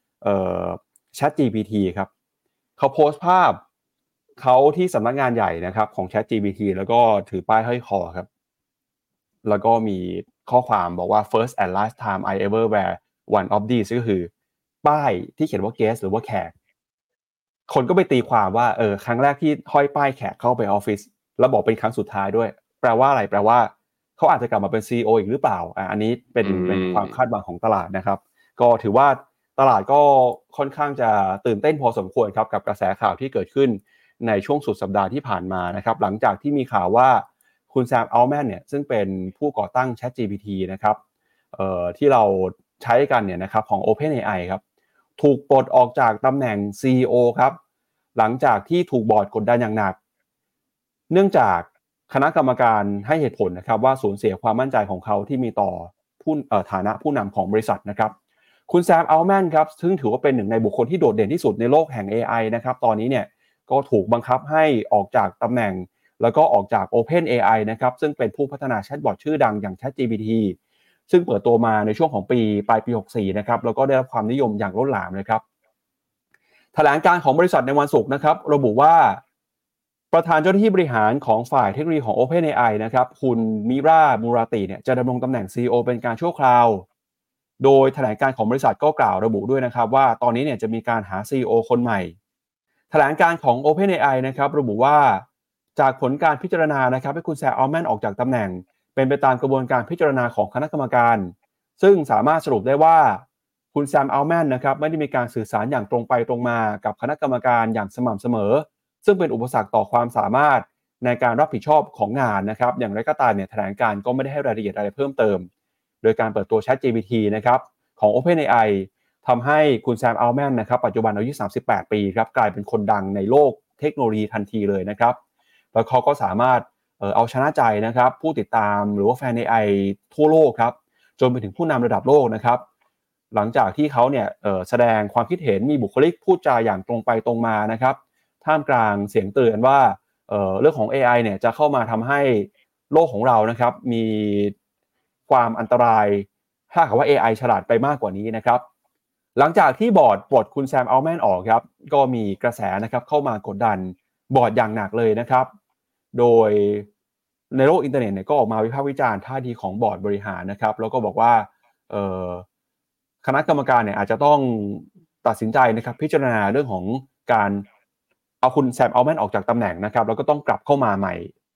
ChatGPT ครับเขาโพสต์ภาพเขาที่สำนักงานใหญ่นะครับของ ChatGPT แล้วก็ถือป้ายห้อยคอครับแล้วก็มีข้อความบอกว่า first and last time I ever wear one of these ก็คือป้ายที่เขียนว่า guest หรือว่าแขกคนก็ไปตีความว่าครั้งแรกที่ห้อยป้ายแขกเข้าไปออฟฟิศแล้วบอกเป็นครั้งสุดท้ายด้วยแปลว่าอะไรแปลว่าเขาอาจจะกลับมาเป็น CEO อีกหรือเปล่าอันนี้เป็นความคาดหวังของตลาดนะครับก็ถือว่าตลาดก็ค่อนข้างจะตื่นเต้นพอสมควรครับกับกระแสข่าวที่เกิดขึ้นในช่วงสุดสัปดาห์ที่ผ่านมานะครับหลังจากที่มีข่าวว่าคุณแซม อัลแมนเนี่ยซึ่งเป็นผู้ก่อตั้ง ChatGPT นะครับที่เราใช้กันเนี่ยนะครับของ OpenAI ครับถูกปลดออกจากตำแหน่ง CEO ครับหลังจากที่ถูกบอร์ดกดดันอย่างหนักเนื่องจากคณะกรรมการให้เหตุผลนะครับว่าสูญเสียความมั่นใจของเขาที่มีต่อผู้ฐานะผู้นำของบริษัทนะครับคุณแซม อัลแมนครับซึ่งถือว่าเป็นหนึ่งในบุคคลที่โดดเด่นที่สุดในโลกแห่ง AI นะครับตอนนี้เนี่ยก็ถูกบังคับให้ออกจากตำแหน่งแล้วก็ออกจาก OpenAI นะครับซึ่งเป็นผู้พัฒนาแชทบอทชื่อดังอย่าง ChatGPT ซึ่งเปิดตัวมาในช่วงของปลายปี64นะครับแล้วก็ได้รับความนิยมอย่างล้นหลามเลยครับแถลงการของบริษัทในวันศุกร์นะครับระบุว่าประธานเจ้าหน้าที่บริหารของฝ่ายเทคโนโลยีของ OpenAI นะครับคุณมิรามูราติเนี่ยจะดำรงตำแหน่ง CEO เป็นการชั่วคราวโดยแถลงการของบริษัทก็กล่าวระบุด้วยนะครับว่าตอนนี้เนี่ยจะมีการหา CEO คนใหม่แถลงการของ OpenAI นะครับระบุว่าจากผลการพิจารณานะครับให้คุณแซม อัลแมนออกจากตำแหน่งเป็นไปตามกระบวนการพิจารณาของคณะกรรมการซึ่งสามารถสรุปได้ว่าคุณแซม อัลแมนนะครับไม่ได้มีการสื่อสารอย่างตรงไปตรงมากับคณะกรรมการอย่างสม่ำเสมอซึ่งเป็นอุปสรรคต่อความสามารถในการรับผิดชอบของงานนะครับอย่างไรก็ตามเนี่ยแถลงการก็ไม่ได้ให้รายละเอียดอะไรเพิ่มเติมโดยการเปิดตัว ChatGPT นะครับของ OpenAI ทำให้คุณแซม อัลแมนนะครับปัจจุบันอายุ38ปีครับกลายเป็นคนดังในโลกเทคโนโลยีทันทีเลยนะครับแล้วเขาก็สามารถเอาชนะใจนะครับผู้ติดตามหรือว่าแฟน AI ทั่วโลกครับจนไปถึงผู้นำระดับโลกนะครับหลังจากที่เขาเนี่ยแสดงความคิดเห็นมีบุคลิกพูดจาอย่างตรงไปตรงมานะครับท่ามกลางเสียงเตือนว่าเรื่องของ AI เนี่ยจะเข้ามาทำให้โลกของเรานะครับมีความอันตรายถ้าหากว่า AI ฉลาดไปมากกว่านี้นะครับหลังจากที่บอร์ดปลดคุณแซม อัลแมนออกครับก็มีกระแสนะครับเข้ามากดดันบอร์ดอย่างหนักเลยนะครับโดยในโลกอินเทอร์เน็ตเนี่ยก็ออกมาวิพากษ์วิจารณ์ท่าทีของบอร์ดบริหารนะครับแล้วก็บอกว่าคณะกรรมการเนี่ยอาจจะต้องตัดสินใจนะครับพิจารณาเรื่องของการเอาคุณแซม อัลแมนออกจากตำแหน่งนะครับแล้วก็ต้องกลับเข้ามาใหม่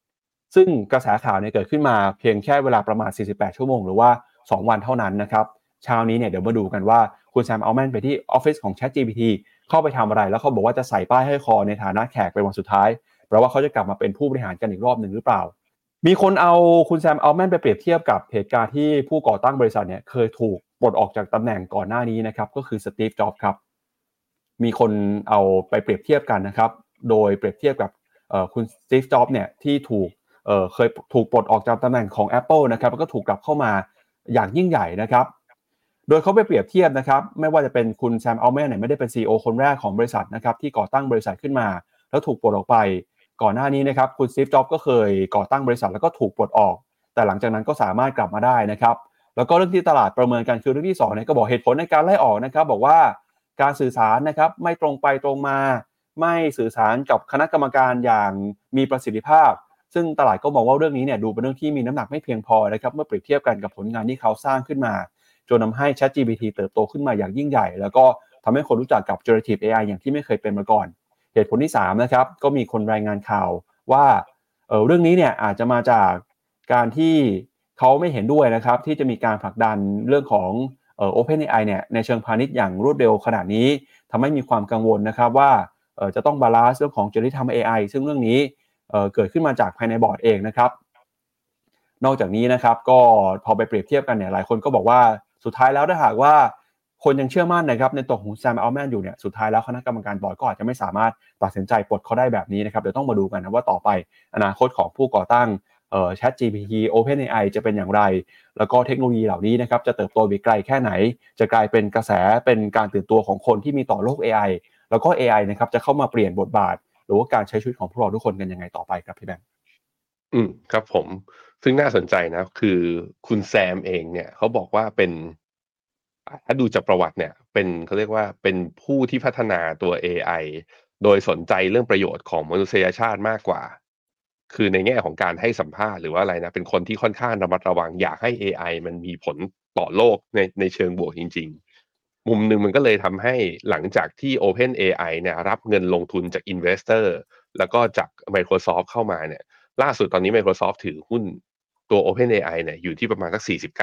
ซึ่งกระแสข่าวเนี่ยเกิดขึ้นมาเพียงแค่เวลาประมาณ48ชั่วโมงหรือว่า2วันเท่านั้นนะครับเช้านี้เนี่ยเดี๋ยวมาดูกันว่าคุณแซมอัลแมนไปที่ออฟฟิศของ ChatGPT เข้าไปทำอะไรแล้วเขาบอกว่าจะใส่ป้ายห้อยคอในฐานะแขกเป็นวันสุดท้ายเพราะว่าเขาจะกลับมาเป็นผู้บริหารกันอีกรอบหนึ่งหรือเปล่ามีคนเอาคุณแซมอัลแมนไปเปรียบเทียบกับเหตุการณ์ที่ผู้ก่อตั้งบริษัทเนี่ยเคยถูกปลดออกจากตำแหน่งก่อนหน้านี้นะครับก็คือสตีฟจ็อบส์ครับมีคนเอาไปเปรียบเทียบกันนะครับโดยเปรียบเทียบกับคุณสตีฟจ็อบส์เนี่ยที่เคยถูกปลดออกจากตำแหน่งของ Apple นะครับแล้วก็ถูกกลับเข้ามาอย่างยิ่งใหญ่นะครับโดยเขาไปเปรียบเทียบนะครับไม่ว่าจะเป็นคุณแซมอัลแมนเนี่ยไม่ได้เป็น CEO คนแรกของบริษัทนะครับที่ก่อตั้งบริษัทขึ้นมาแล้วถูกปลดออกไปก่อนหน้านี้นะครับคุณสตีฟจ็อบส์ก็เคยก่อตั้งบริษัทแล้วก็ถูกปลดออกแต่หลังจากนั้นก็สามารถกลับมาได้นะครับแล้วก็เรื่องที่ตลาดประเมินกันคือเรื่องที่2เนี่ยก็บอกเหตุผลในการไล่ออกนะครับบอกว่าการสื่อสารนะครับไม่ตรงไปตรงมาไม่สื่อสารกับคณะกรรมการอย่างมีประสิทธิภาพซึ่งตลาดก็มองว่าเรื่องนี้เนี่ยดูเป็นเรื่องที่มีน้ำหนักไม่เพียงพอนะครับเมื่อเปรียบเทียบกันกับผลงานที่เขาสร้างขึ้นมาจนทำให้ ChatGPT เติบโตขึ้นมาอย่างยิ่งใหญ่แล้วก็ทำให้คนรู้จักกับ Generative AI อย่างที่ไม่เคยเป็นมาก่อนเหตุผลที่3นะครับก็มีคนรายงานข่าวว่าเรื่องนี้เนี่ยอาจจะมาจากการที่เขาไม่เห็นด้วยนะครับที่จะมีการผลักดันเรื่องของOpenAI เนี่ยในเชิงพาณิชย์อย่างรวดเร็วขนาดนี้ทำให้มีความกังวลนะครับว่าจะต้องบาลานซ์เรื่องของจริยธรรม AI ซึ่งเรื่องนี้เกิดขึ้นมาจากภายในบอร์ดเองนะครับนอกจากนี้นะครับก็พอไปเปรียบเทียบกันเนี่ยหลายคนก็บอกว่าสุดท้ายแล้วถ้าหากว่าคนยังเชื่อมั่นนะครับในตัวของแซมอัลแมนอยู่เนี่ยสุดท้ายแล้วคณะกรรมการบอร์ดก็อาจจะไม่สามารถตัดสินใจปลดเขาได้แบบนี้นะครับเดี๋ยวต้องมาดูกันนะว่าต่อไปอนาคตของผู้ก่อตั้งChatGPT OpenAI จะเป็นอย่างไรแล้วก็เทคโนโลยีเหล่านี้นะครับจะเติบโตไปไกลแค่ไหนจะกลายเป็นกระแสเป็นการตื่นตัวของคนที่มีต่อโลก AI แล้วก็ AI นะครับจะเข้ามาเปลี่ยนบทบาทหรือว่าการใช้ชีวิตของพวกเราทุกคนกันยังไงต่อไปครับพี่แบงค์ครับผมซึ่งน่าสนใจนะคือคุณแซมเองเนี่ยเขาบอกว่าเป็นถ้าดูจากประวัติเนี่ยเป็นเขาเรียกว่าเป็นผู้ที่พัฒนาตัวเอไอโดยสนใจเรื่องประโยชน์ของมนุษยชาติมากกว่าคือในแง่ของการให้สัมภาษณ์หรือว่าอะไรนะเป็นคนที่ค่อนข้างระมัดระวังอยากให้เอไอมันมีผลต่อโลกในเชิงบวกจริงๆมุมหนึ่งมันก็เลยทำให้หลังจากที่ OpenAI เนี่ยรับเงินลงทุนจาก Investor แล้วก็จาก Microsoft เข้ามาเนี่ย ล่าสุดตอนนี้ Microsoft ถือหุ้นตัว OpenAI เนี่ยอยู่ที่ประมาณสัก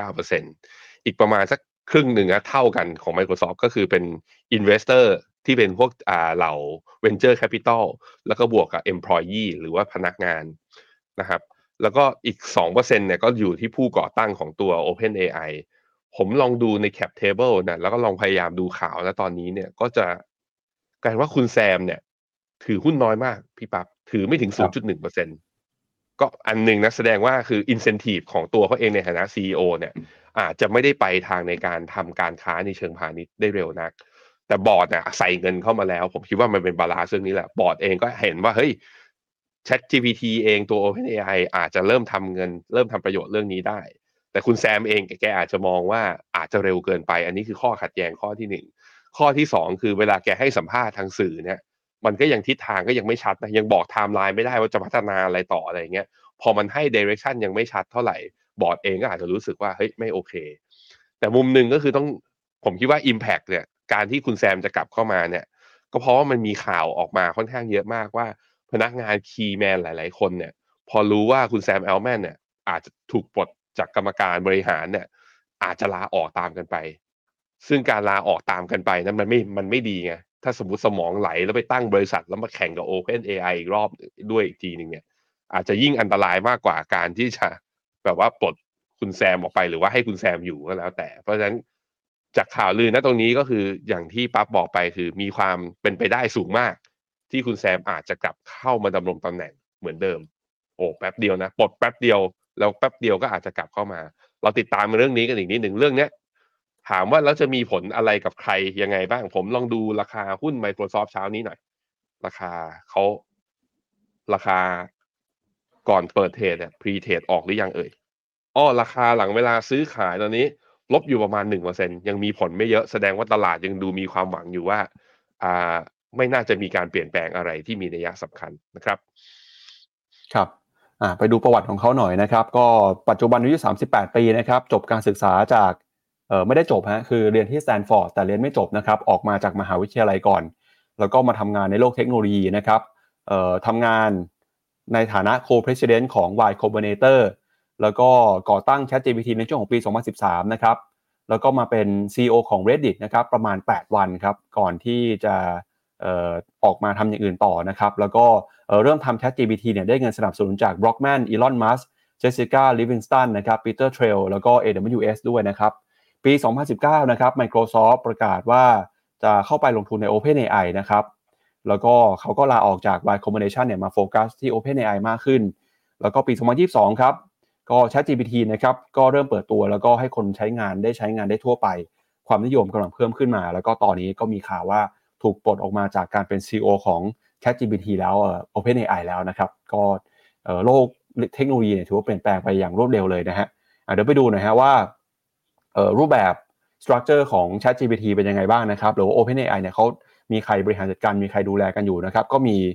49% อีกประมาณสักครึ่งหนึ่งนะเท่ากันของ Microsoft ก็คือเป็น Investor ที่เป็นพวกเหล่า Venture Capital แล้วก็บวกกับ Employee หรือว่าพนักงานนะครับแล้วก็อีก 2% เนี่ยก็อยู่ที่ผู้ก่อตั้งของตัว OpenAI ผมลองดูใน Cap Table นะแล้วก็ลองพยายามดูข่าวแล้วตอนนี้เนี่ยก็จะกลายว่าคุณแซมเนี่ยถือหุ้นน้อยมากพี่ปั๊บถือไม่ถึง 0.1%ก็อันหนึ่งนะแสดงว่าคือ incentive ของตัวเขาเองในฐานะ CEO เนี่ยอาจจะไม่ได้ไปทางในการทำการค้าในเชิงพาณิชย์ได้เร็วนักแต่บอร์ดใส่เงินเข้ามาแล้วผมคิดว่ามันเป็นบาลานซ์เรื่องนี้แหละบอร์ดเองก็เห็นว่าเฮ้ย ChatGPT เองตัว OpenAI อาจจะเริ่มทำเงินเริ่มทำประโยชน์เรื่องนี้ได้แต่คุณแซมเองแกอาจจะมองว่าอาจจะเร็วเกินไปอันนี้คือข้อขัดแย้งข้อที่1ข้อที่2คือเวลาแกให้สัมภาษณ์ทางสื่อเนี่ยมันก็ยังทิศทางก็ยังไม่ชัดนะยังบอกไทม์ไลน์ไม่ได้ว่าจะพัฒนาอะไรต่ออะไรเงี้ยพอมันให้ direction ยังไม่ชัดเท่าไหร่บอร์ดเองก็อาจจะรู้สึกว่าเฮ้ยไม่โอเคแต่มุมหนึ่งก็คือต้องผมคิดว่า Impact เนี่ยการที่คุณแซมจะกลับเข้ามาเนี่ยก็เพราะว่ามันมีข่าวออกมาค่อนข้างเยอะมากว่าพนักงานคีย์แมนหลายๆคนเนี่ยพอรู้ว่าคุณแซมแอลแมนเนี่ยอาจจะถูกปลดจากกรรมการบริหารเนี่ยอาจจะลาออกตามกันไปซึ่งการลาออกตามกันไปนั้นมันไม่ดีไงถ้าสมมุติสมองไหลแล้วไปตั้งบริษัทแล้วมาแข่งกับ OpenAI อีกรอบด้วยอีกทีหนึ่งเนี่ยอาจจะยิ่งอันตรายมากกว่าการที่จะแบบว่าปลดคุณแซมออกไปหรือว่าให้คุณแซมอยู่ก็แล้วแต่เพราะฉะนั้นจากข่าวลือณตรงนี้ก็คืออย่างที่ปั๊บบอกไปคือมีความเป็นไปได้สูงมากที่คุณแซมอาจจะกลับเข้ามาดำรงตำแหน่งเหมือนเดิมโอ้แป๊บเดียวนะปลดแป๊บเดียวแล้วแป๊บเดียวก็อาจจะกลับเข้ามาเราติดตามเรื่องนี้กันอีกนิดหนึ่งเรื่องเนี้ยถามว่าแล้วจะมีผลอะไรกับใครยังไงบ้างผมลองดูราคาหุ้น Microsoft เช้านี้หน่อยราคาเขาราคาก่อนเปิดเทรดเนี่ยพรีเทรดออกหรือยังเอ่ยราคาหลังเวลาซื้อขายตอนนี้ลบอยู่ประมาณ 1% ยังมีผลไม่เยอะแสดงว่าตลาดยังดูมีความหวังอยู่ว่าอ่าไม่น่าจะมีการเปลี่ยนแปลงอะไรที่มีนัยสำคัญนะครับครับไปดูประวัติของเขาหน่อยนะครับก็ปัจจุบันอายุ38ปีนะครับจบการศึกษาจากไม่ได้จบฮะคือเรียนที่สแตนฟอร์ดแต่เรียนไม่จบนะครับออกมาจากมหาวิทยาลัยก่อนแล้วก็มาทำงานในโลกเทคโนโลยีนะครับทำงานในฐานะ Co-President ของ Y Combinator แล้วก็ก่อตั้ง ChatGPT ในช่วงของปี 2013 นะครับแล้วก็มาเป็น CEO ของ Reddit นะครับประมาณ 8 วันครับก่อนที่จะออกมาทำอย่างอื่นต่อนะครับแล้วก็เริ่มทำ ChatGPT เนี่ยได้เงินสนับสนุนจาก Brockman Elon Musk Jessica Livingston นะครับ Peter Thiel แล้วก็ AWS ด้วยนะครับปี 2019 นะครับ Microsoft ประกาศว่าจะเข้าไปลงทุนใน OpenAI นะครับแล้วก็เขาก็ลาออกจาก Y Combinator เนี่ยมาโฟกัสที่ OpenAI มากขึ้นแล้วก็ปี 2022 ครับก็ ChatGPT นะครับก็เริ่มเปิดตัวแล้วก็ให้คนใช้งานได้ทั่วไปความนิยมกำลังเพิ่มขึ้นมาแล้วก็ตอนนี้ก็มีข่าวว่าถูกปลดออกมาจากการเป็น CEO ของ ChatGPT แล้วOpenAI แล้วนะครับก็โลกเทคโนโลยีเนี่ยถือว่าเปลี่ยนแปลงไปอย่างรวดเร็วเลยนะฮะเดี๋ยวไปดูหน่อยฮะว่ารูปแบบ structure ของ ChatGPT เป็นยังไงบ้างนะครับหรือว่า OpenAI เนี่ยเขามีใครบริหารจัดการมีใครดูแลกันอยู่นะครับก็มี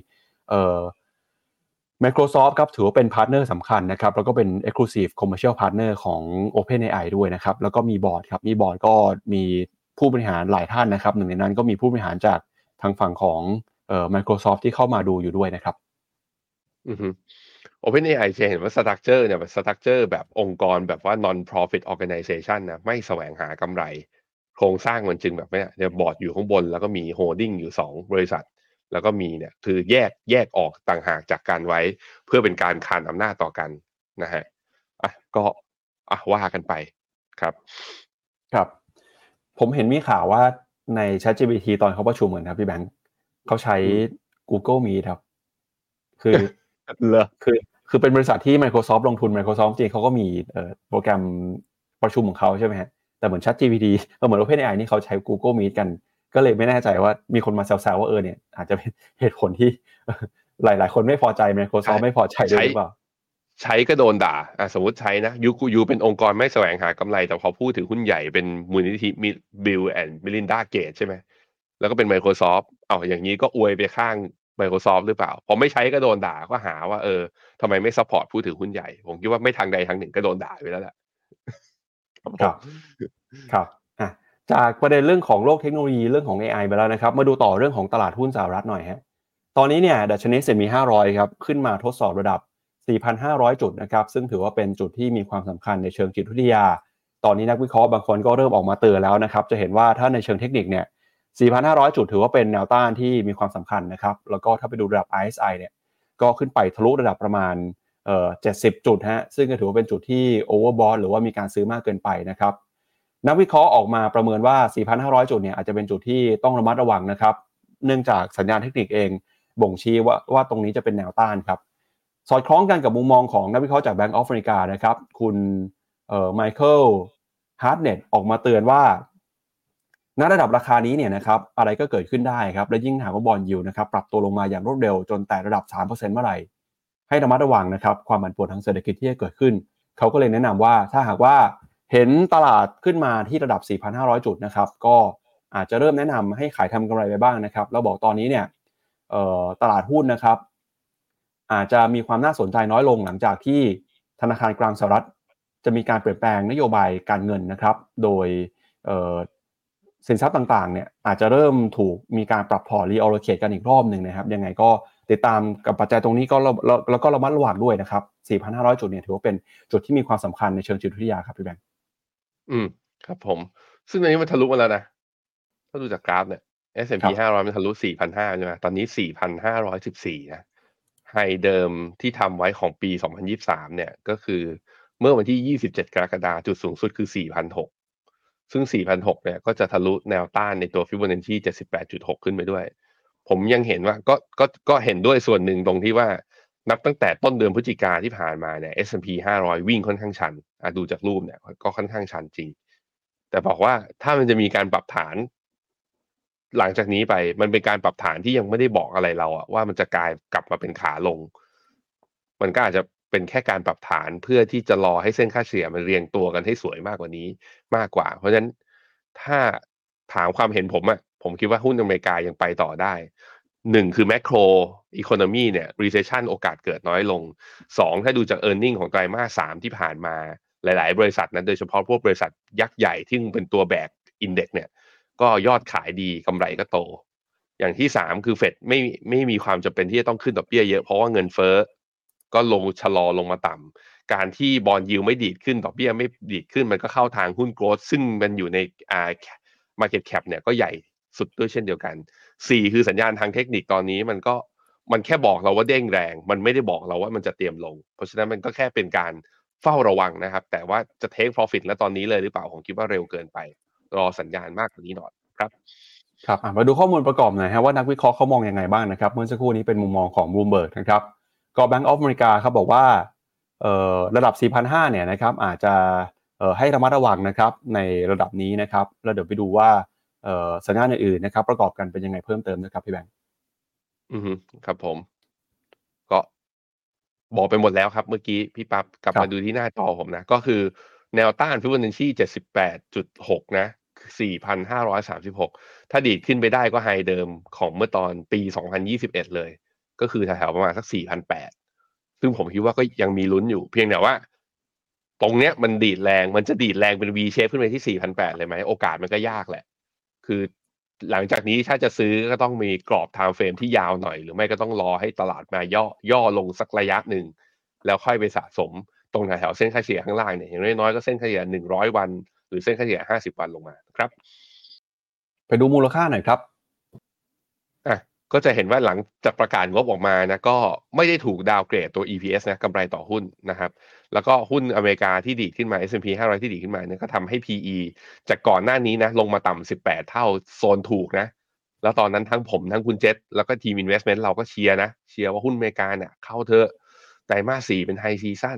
Microsoft ครับถือว่าเป็นพาร์ทเนอร์สำคัญนะครับแล้วก็เป็น Exclusive Commercial Partner ของ OpenAI ด้วยนะครับแล้วก็มีบอร์ดครับมีบอร์ดก็มีผู้บริหารหลายท่านนะครับหนึ่งในนั้นก็มีผู้บริหารจากทางฝั่งของMicrosoft ที่เข้ามาดูอยู่ด้วยนะครับอือฮึ OpenAI จะเห็นว่า structure เนี่ยเป็น structure แบบองค์กรแบบว่า non-profit organization นะไม่แสวงหากำไรโครงสร้างมันจึงแบบเนี่ยบอร์ดอยู่ข้างบนแล้วก็มี holding อยู่2บริษัทแล้วก็มีเนี่ยคือแยกออกต่างหากจากกันไว้เพื่อเป็นการคานอำนาจต่อกันนะฮะก็ว่ากันไปครับครับผมเห็นมีข่าวว่าใน ChatGPT ตอนเขาประชุมกันครับพี่แบงค์เขาใช้ Google Meet ครับคือเหรอคือคือเป็นบริษัทที่ Microsoft ลงทุน Microsoft จริงเขาก็มีโปรแกรมประชุมของเขาใช่ไหมฮะแต่เหมือน ChatGPT เหมือน OpenAI นี่เขาใช้ Google Meet กันก็เลยไม่แน่ใจว่ามีคนมาแซวๆว่าเนี่ยอาจจะเป็นเหตุผลที่หลายๆคนไม่พอใจ Microsoft ไม่พอใจด้วยหรือเปล่าใช้ก็โดนด่าสมมติใช้นะยูเป็นองค์กรไม่แสวงหากำไรแต่พอพูดถึงหุ้นใหญ่เป็นมูลนิธิบิลแอนด์มิลินดาเกตใช่ไหมแล้วก็เป็น Microsoft อย่างนี้ก็อวยไปข้าง Microsoft หรือเปล่าพอไม่ใช้ก็โดนด่าก็หาว่าทำไมไม่ซัพพอร์ตผู้ถือหุ้นใหญ่ผมคิดว่าไม่ทางใดทางหนึ่งก็โดนด่าไปแล้วแหละครับผมครับ ครับจากประเด็นเรื่องของโลกเทคโนโลยีเรื่องของ AI ไปแล้วนะครับมาดูต่อเรื่องของตลาดหุ้นสหรัฐหน่อยฮะตอนนี้เนี่ยดัชนี S&P 500ครับขึ้นมาทดสอบระดับ 4,500 จุดนะครับซึ่งถือว่าเป็นจุดที่มีความสำคัญในเชิงจิตวิทยาตอนนี้นักวิเคราะห์บางคนก็เริ่มออกมาเตือนแล้วนะครับจะเห็นว่าถ้าในเชิงเทคนิคเนี่ย 4,500 จุดถือว่าเป็นแนวต้านที่มีความสำคัญนะครับแล้วก็ถ้าไปดูระดับ RSI เนี่ยก็ขึ้นไปทะลุระดับประมาณ70 จุดฮะซึ่งก็ถือว่าเป็นจุดที่ overbought หรือว่ามีการซื้อมากเกินไปนะครับนักวิเคราะห์ออกมาประเมินว่า 4,500 จุดเนี่ยอาจจะเป็นจุดที่ต้องระมัดระวังนะครับเนื่องจากสัญญาณเทคนิคเองบ่งชี้ว่าตรงนี้จะเป็นแนวต้านครับสอดคล้องกันกับมุมมองของนักวิเคราะห์จาก Bank of America นะครับคุณไมเคิลฮาร์ดเน็ตออกมาเตือนว่าณระดับราคานี้เนี่ยนะครับอะไรก็เกิดขึ้นได้ครับและยิ่งหากว่าบอนด์ยิลด์นะครับปรับตัวลงมาอย่างรวดเร็วจนแตะระดับ 3% เมื่อไหร่ให้ระมัดระวังนะครับความผันผวนทางเศรษฐกิจที่จะเกิดขึ้นเขาก็เลยแนะนำว่าถ้าหากว่าเห็นตลาดขึ้นมาที่ระดับ 4,500 จุดนะครับก็อาจจะเริ่มแนะนำให้ขายทำกำไรไปบ้างนะครับแล้วบอกตอนนี้เนี่ยตลาดหุ้นนะครับอาจจะมีความน่าสนใจน้อยลงหลังจากที่ธนาคารกลางสหรัฐจะมีการเปลี่ยนแปลงนโยบายการเงินนะครับโดยสินทรัพย์ต่างๆเนี่ยอาจจะเริ่มถูกมีการปรับพอร์ต reallocate กันอีกรอบหนึ่งนะครับยังไงก็ติดตามกับปัจจัยตรงนี้ก็แล้วก็ระมัดระวังด้วยนะครับ 4,500 จุดเนี่ยถือว่าเป็นจุดที่มีความสำคัญในเชิงจิตวิทยาครับพี่แบงค์ครับผมซึ่งตอนนี้มันทะลุมาแล้วนะถ้าดูจากกราฟเนี่ยครั S&P บ 500มันทะลุ 4,500 ใช่ไหมตอนนี้ 4,514 นะไฮเดิมที่ทำไว้ของปี 2023 เนี่ยก็คือเมื่อวันที่ 27 กรกฎาคมจุดสูงสุดคือ 4,600 ซึ่ง 4,600 เนี่ยก็จะทะลุแนวต้านในตัว Fibonacci 78.6 ขึ้นไปด้วยผมยังเห็นว่าก็เห็นด้วยส่วนหนึ่งตรงที่ว่านับตั้งแต่ต้นเดือนพฤศจิกาที่ผ่านมาเนี่ย S&P 500 วิ่งค่อนข้างชันดูจากรูปเนี่ยก็ค่อนข้างชันจริงแต่บอกว่าถ้ามันจะมีการปรับฐานหลังจากนี้ไปมันเป็นการปรับฐานที่ยังไม่ได้บอกอะไรเราว่ามันจะกลับมาเป็นขาลงมันก็อาจจะเป็นแค่การปรับฐานเพื่อที่จะรอให้เส้นค่าเฉลี่ยมันเรียงตัวกันให้สวยมากกว่านี้มากกว่าเพราะฉะนั้นถ้าถามความเห็นผมคิดว่าหุ้นอเมริกายังไปต่อได้1คือ macro economy เนี่ย recession โอกาสเกิดน้อยลง2ถ้าดูจาก earning ของไตรมาส3ที่ผ่านมาหลายๆบริษัทนะโดยเฉพาะพวกบริษัทยักษ์ใหญ่ที่เป็นตัวแบก index เนี่ยก็ยอดขายดีกำไรก็โตอย่างที่3คือเฟดไม่มีความจำเป็นที่จะต้องขึ้นดอกเบี้ยเยอะเพราะว่าเงินเฟ้อก็ลงชะลอลงมาต่ำการที่บอนด์ยิลด์ไม่ดีดขึ้นดอกเบี้ยไม่ดีดขึ้นมันก็เข้าทางหุ้นโกรทซึ่งมันอยู่ในmarket cap เนี่ยก็ใหญ่สุดด้วยเช่นเดียวกัน4คือสัญญาณทางเทคนิคตอนนี้มันแค่บอกเราว่าเด้งแรงมันไม่ได้บอกเราว่ามันจะเตรียมลงเพราะฉะนั้นมันก็แค่เป็นการเฝ้าระวังนะครับแต่ว่าจะ take profit แล้วตอนนี้เลยหรือเปล่าผมคิดว่าเร็วเกินไปรอสัญญาณมากกว่านี้หน่อยครับครับมาดูข้อมูลประกอบหน่อยว่านักวิเคราะห์เขามองยังไงบ้างนะครับเมื่อสักครู่นี้เป็นมุมมองของ Bloomberg นะครับก็ Bank of America ครับบอกว่าระดับ 4,500 เนี่ยนะครับอาจจะให้ระมัดระวังนะครับในระดับนี้นะครับแล้วเดี๋ยวไปดูว่าสัญญาณอื่นๆนะครับประกอบกันเป็นยังไงเพิ่มเติมนะครับพี่แบงค์ครับผมก็บอกไปหมดแล้วครับเมื่อกี้พี่ปั๊บกลับมาดูที่หน้าจอผมนะก็คือแนวต้านฟิโบนัชชี 78.6 นะ 4,536 ถ้าดีดขึ้นไปได้ก็ไฮเดิมของเมื่อตอนปี 2021 เลยก็คือแถวๆประมาณสัก 4,800 ซึ่งผมคิดว่าก็ยังมีลุ้นอยู่เพียงแต่ว่าตรงเนี้ยมันดีดแรงมันจะดีดแรงเป็น V shape ขึ้นไปที่ 4,800 เลยไหมโอกาสมันก็ยากแหละคือหลังจากนี้ถ้าจะซื้อก็ต้องมีกรอบ time frame ที่ยาวหน่อยหรือไม่ก็ต้องรอให้ตลาดมาย่อลงสักระยะหนึ่งแล้วค่อยไปสะสมตรงแถวๆเส้นค่าเฉลี่ยข้างล่างเนี่ยอย่างน้อยๆก็เส้นค่าเฉลี่ย100วันหรือเส้นค่าเฉลี่ย50วันลงมาครับไปดูมูลค่าหน่อยครับก็จะเห็นว่าหลังจากประกาศงบออกมานะก็ไม่ได้ถูกดาวเกรดตัว EPS นะกำไรต่อหุ้นนะครับแล้วก็หุ้นอเมริกาที่ดีขึ้นมา S&P 500 ที่ดีขึ้นมาเนี่ยก็ทำให้ PE จากก่อนหน้านี้นะลงมาต่ำ18เท่าโซนถูกนะแล้วตอนนั้นทั้งผมทั้งคุณเจษแล้วก็ทีม Investment เราก็เชียร์ว่าหุ้นอเมริกาเนี่ยเข้าเถอะไตรมาส 4เป็นไฮซีซั่น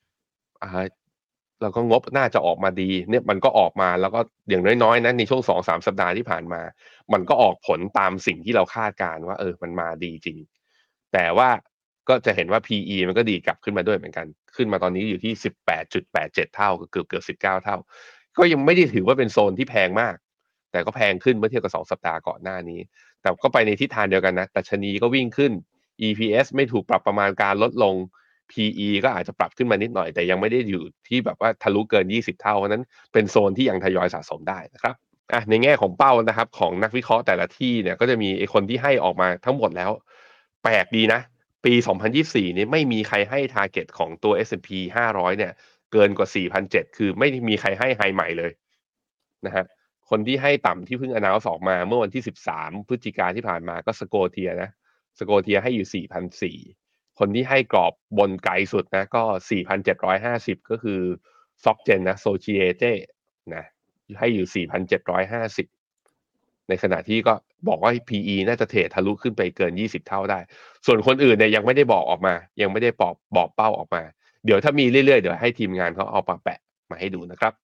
แล้วก็งบน่าจะออกมาดีเนี่ยมันก็ออกมาแล้วก็อย่างน้อยๆนะในช่วง 2-3 สัปดาห์ที่ผ่านมามันก็ออกผลตามสิ่งที่เราคาดการณ์ว่ามันมาดีจริงแต่ว่าก็จะเห็นว่า PE มันก็ดีกลับขึ้นมาด้วยเหมือนกันขึ้นมาตอนนี้อยู่ที่ 18.87 เท่าเกือบ19เท่าก็ยังไม่ได้ถือว่าเป็นโซนที่แพงมากแต่ก็แพงขึ้นเมื่อเทียบกับ2สัปดาห์ก่อนหน้านี้แต่ก็ไปในทิศทางเดียวกันนะดัชนีก็วิ่งขึ้น EPS ไม่ถูกปรับประมาณการลดลงPE ก็อาจจะปรับขึ้นมานิดหน่อยแต่ยังไม่ได้อยู่ที่แบบว่าทะลุเกิน20เท่าเพราะนั้นเป็นโซนที่ยังทยอยสะสมได้นะครับในแง่ของเป้านะครับของนักวิเคราะห์แต่ละที่เนี่ยก็จะมีไอ้คนที่ให้ออกมาทั้งหมดแล้วแปลกดีนะปี2024นี้ไม่มีใครให้ target ของตัว S&P 500เนี่ยเกินกว่า 4,700 คือไม่มีใครให้ไฮใหม่เลยนะฮะคนที่ให้ต่ำที่เพิ่ง announce ออกมาเมื่อวันที่13พฤศจิกายนที่ผ่านมาก็สโกเทียนะสโกเทียให้อยู่ 4,400 คนที่ให้กรอบบนไกลสุดนะก็ 4,750 ก็คือ SocGen นะ Societe นะให้อยู่ 4,750 ในขณะที่ก็บอกว่า PE น่าจะเทรดทะลุขึ้นไปเกิน20เท่าได้ส่วนคนอื่นเนี่ยยังไม่ได้บอกออกมายังไม่ได้บอกเป้าออกมาเดี๋ยวถ้ามีเรื่อยๆเดี๋ยวให้ทีมงานเขาเอามาแปะมาให้ดูนะครับ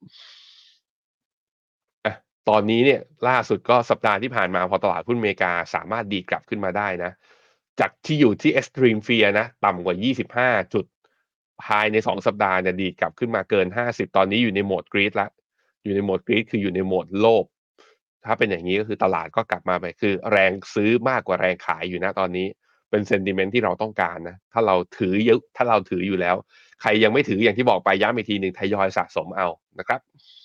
ตอนนี้เนี่ยล่าสุดก็สัปดาห์ที่ผ่านมาพอตลาดหุ้นอเมริกาสามารถดีดกลับขึ้นมาได้นะจากที่อยู่ที่ Extreme Fear นะต่ำกว่า25จุดภายใน2สัปดาห์เนี่ยดีดกลับขึ้นมาเกิน50ตอนนี้อยู่ในโหมดกรีดแล้วอยู่ในโหมดกรีดคืออยู่ในโหมดโลภถ้าเป็นอย่างนี้ก็คือตลาดก็กลับมาไปคือแรงซื้อมากกว่าแรงขายอยู่นะตอนนี้เป็นเซนติเมนต์ที่เราต้องการนะถ้าเราถืออยู่แล้วใครยังไม่ถืออย่างที่บอกไปย้ำอีกทีหนึ่งทยอยสะสมเอานะครับ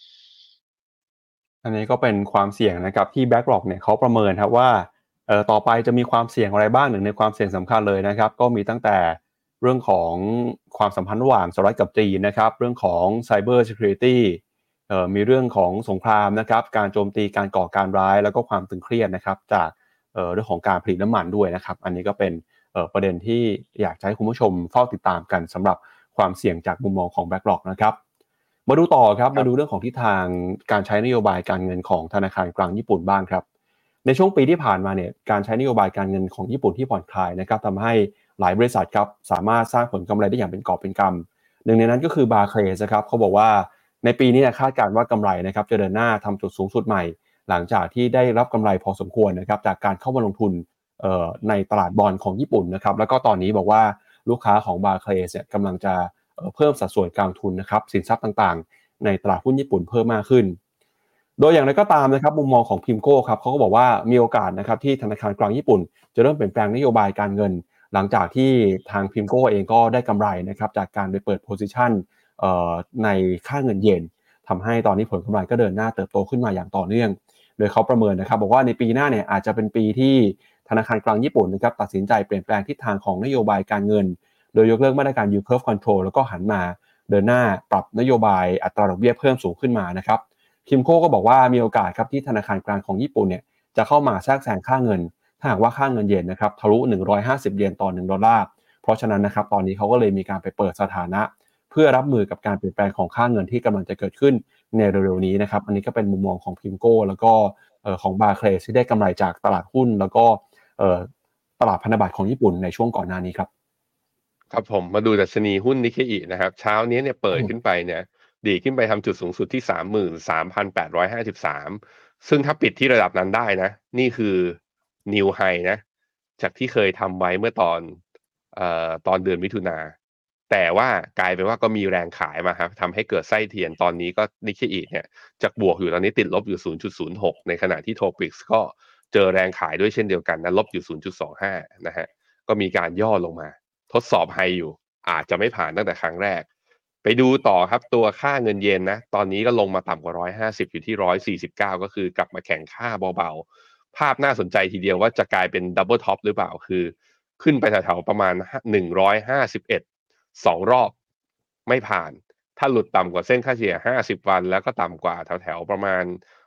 อันนี้ก็เป็นความเสี่ยงนะครับที่ BlackRock เนี่ยเขาประเมินครับว่าต่อไปจะมีความเสี่ยงอะไรบ้างหนึ่งในความเสี่ยงสำคัญเลยนะครับก็มีตั้งแต่เรื่องของความสัมพันธ์ระหว่างสหรัฐกับจีนนะครับเรื่องของ Cyber Security มีเรื่องของสงครามนะครับการโจมตีการก่อการร้ายแล้วก็ความตึงเครียดนะครับจากเรื่องของการผลิตน้ำมันด้วยนะครับอันนี้ก็เป็นประเด็นที่อยากให้คุณผู้ชมเฝ้าติดตามกันสำหรับความเสี่ยงจากมุมมองของ BlackRock นะครับมาดูต่อครับมาดูเรื่องของทิศทางการใช้นโยบายการเงินของธนาคารกลางญี่ปุ่นบ้างครับในช่วงปีที่ผ่านมาเนี่ยการใช้นโยบายการเงินของญี่ปุ่นที่ผ่อนคลายนะครับทำให้หลายบริษัทครับสามารถสร้างผลกำไรได้อย่างเป็นกอบเป็นกำหนึ่งในนั้นก็คือบาร์เคลส์ครับเขาบอกว่าในปีนี้คาดการณ์ว่ากำไรนะครับจะเดินหน้าทำจุดสูงสุดใหม่หลังจากที่ได้รับกำไรพอสมควรนะครับจากการเข้ามาลงทุนในตลาดบอนด์ของญี่ปุ่นนะครับแล้วก็ตอนนี้บอกว่าลูกค้าของบาร์เคลส์กำลังจะเพิ่มสัดส่วนการลงทุนนะครับสินทรัพย์ต่างๆในตลาดหุ้นญี่ปุ่นเพิ่มมากขึ้นโดยอย่างไรก็ตามนะครับมุมมองของพิมโก้ครับเขาก็บอกว่ามีโอกาสนะครับที่ธนาคารกลางญี่ปุ่นจะเริ่มเปลี่ยนแปลงนโยบายการเงินหลังจากที่ทางพิมโก้เองก็ได้กำไรนะครับจากการไปเปิดโพซิชันในค่าเงินเยนทำให้ตอนนี้ผลกำไรก็เดินหน้าเติบโตขึ้นมาอย่างต่อเนื่องโดยเขาประเมินนะครับบอกว่าในปีหน้าเนี่ยอาจจะเป็นปีที่ธนาคารกลางญี่ปุ่นนะครับตัดสินใจเปลี่ยนแปลงทิศทางของนโยบายการเงินโดยยกเลิกมาตรการ yield curve control แล้วก็หันมาเดินหน้าปรับนโยบายอัตราดอกเบี้ยเพิ่มสูงขึ้นมานะครับคิมโก้ก็บอกว่ามีโอกาสครับที่ธนาคารกลางของญี่ปุ่นเนี่ยจะเข้ามาแทรกแซงค่าเงินถ้าหากว่าค่าเงินเยนนะครับทะลุ150เยนต่อ1ดอลลาร์เพราะฉะนั้นนะครับตอนนี้เขาก็เลยมีการไปเปิดสถานะเพื่อรับมือกับการเปลี่ยนแปลงของค่าเงินที่กำลังจะเกิดขึ้นในเร็วๆนี้นะครับอันนี้ก็เป็นมุมมองของคิมโก้แล้วก็ของบาร์เคลส์ที่ได้กำไรจากตลาดหุ้นแล้วก็ตลาดพันธบัตรของญี่ปุ่นในช่วงก่อนหน้านี้ครับครับผมมาดูดัชนีหุ้นนิเคอินะครับเช้านี้เนี่ยเปิดขึ้นไปเนี่ยดีขึ้นไปทำจุดสูงสุดที่ 33,853 ซึ่งถ้าปิดที่ระดับนั้นได้นะนี่คือ New High นะจากที่เคยทำไว้เมื่อตอนเดือนมิถุนาแต่ว่ากลายเป็นว่าก็มีแรงขายมาครับทำให้เกิดไส้เทียนตอนนี้ก็นิเคอิเนี่ยจากบวกอยู่ตอนนี้ติดลบอยู่ 0.06 ในขณะที่โทปิกส์ก็เจอแรงขายด้วยเช่นเดียวกันนะลบอยู่ 0.25 นะฮะก็มีการย่อลงมาทดสอบไฮอยู่อาจจะไม่ผ่านตั้งแต่ครั้งแรกไปดูต่อครับตัวค่าเงินเยนนะตอนนี้ก็ลงมาต่ำกว่า150อยู่ที่149ก็คือกลับมาแข่งค่าเบาๆภาพน่าสนใจทีเดียวว่าจะกลายเป็นดับเบิลท็อปหรือเปล่าคือขึ้นไปแถวๆประมาณ151 2รอบไม่ผ่านถ้าหลุดต่ำกว่าเส้นค่าเฉลี่ย50วันแล้วก็ต่ำกว่าแถวๆประมาณ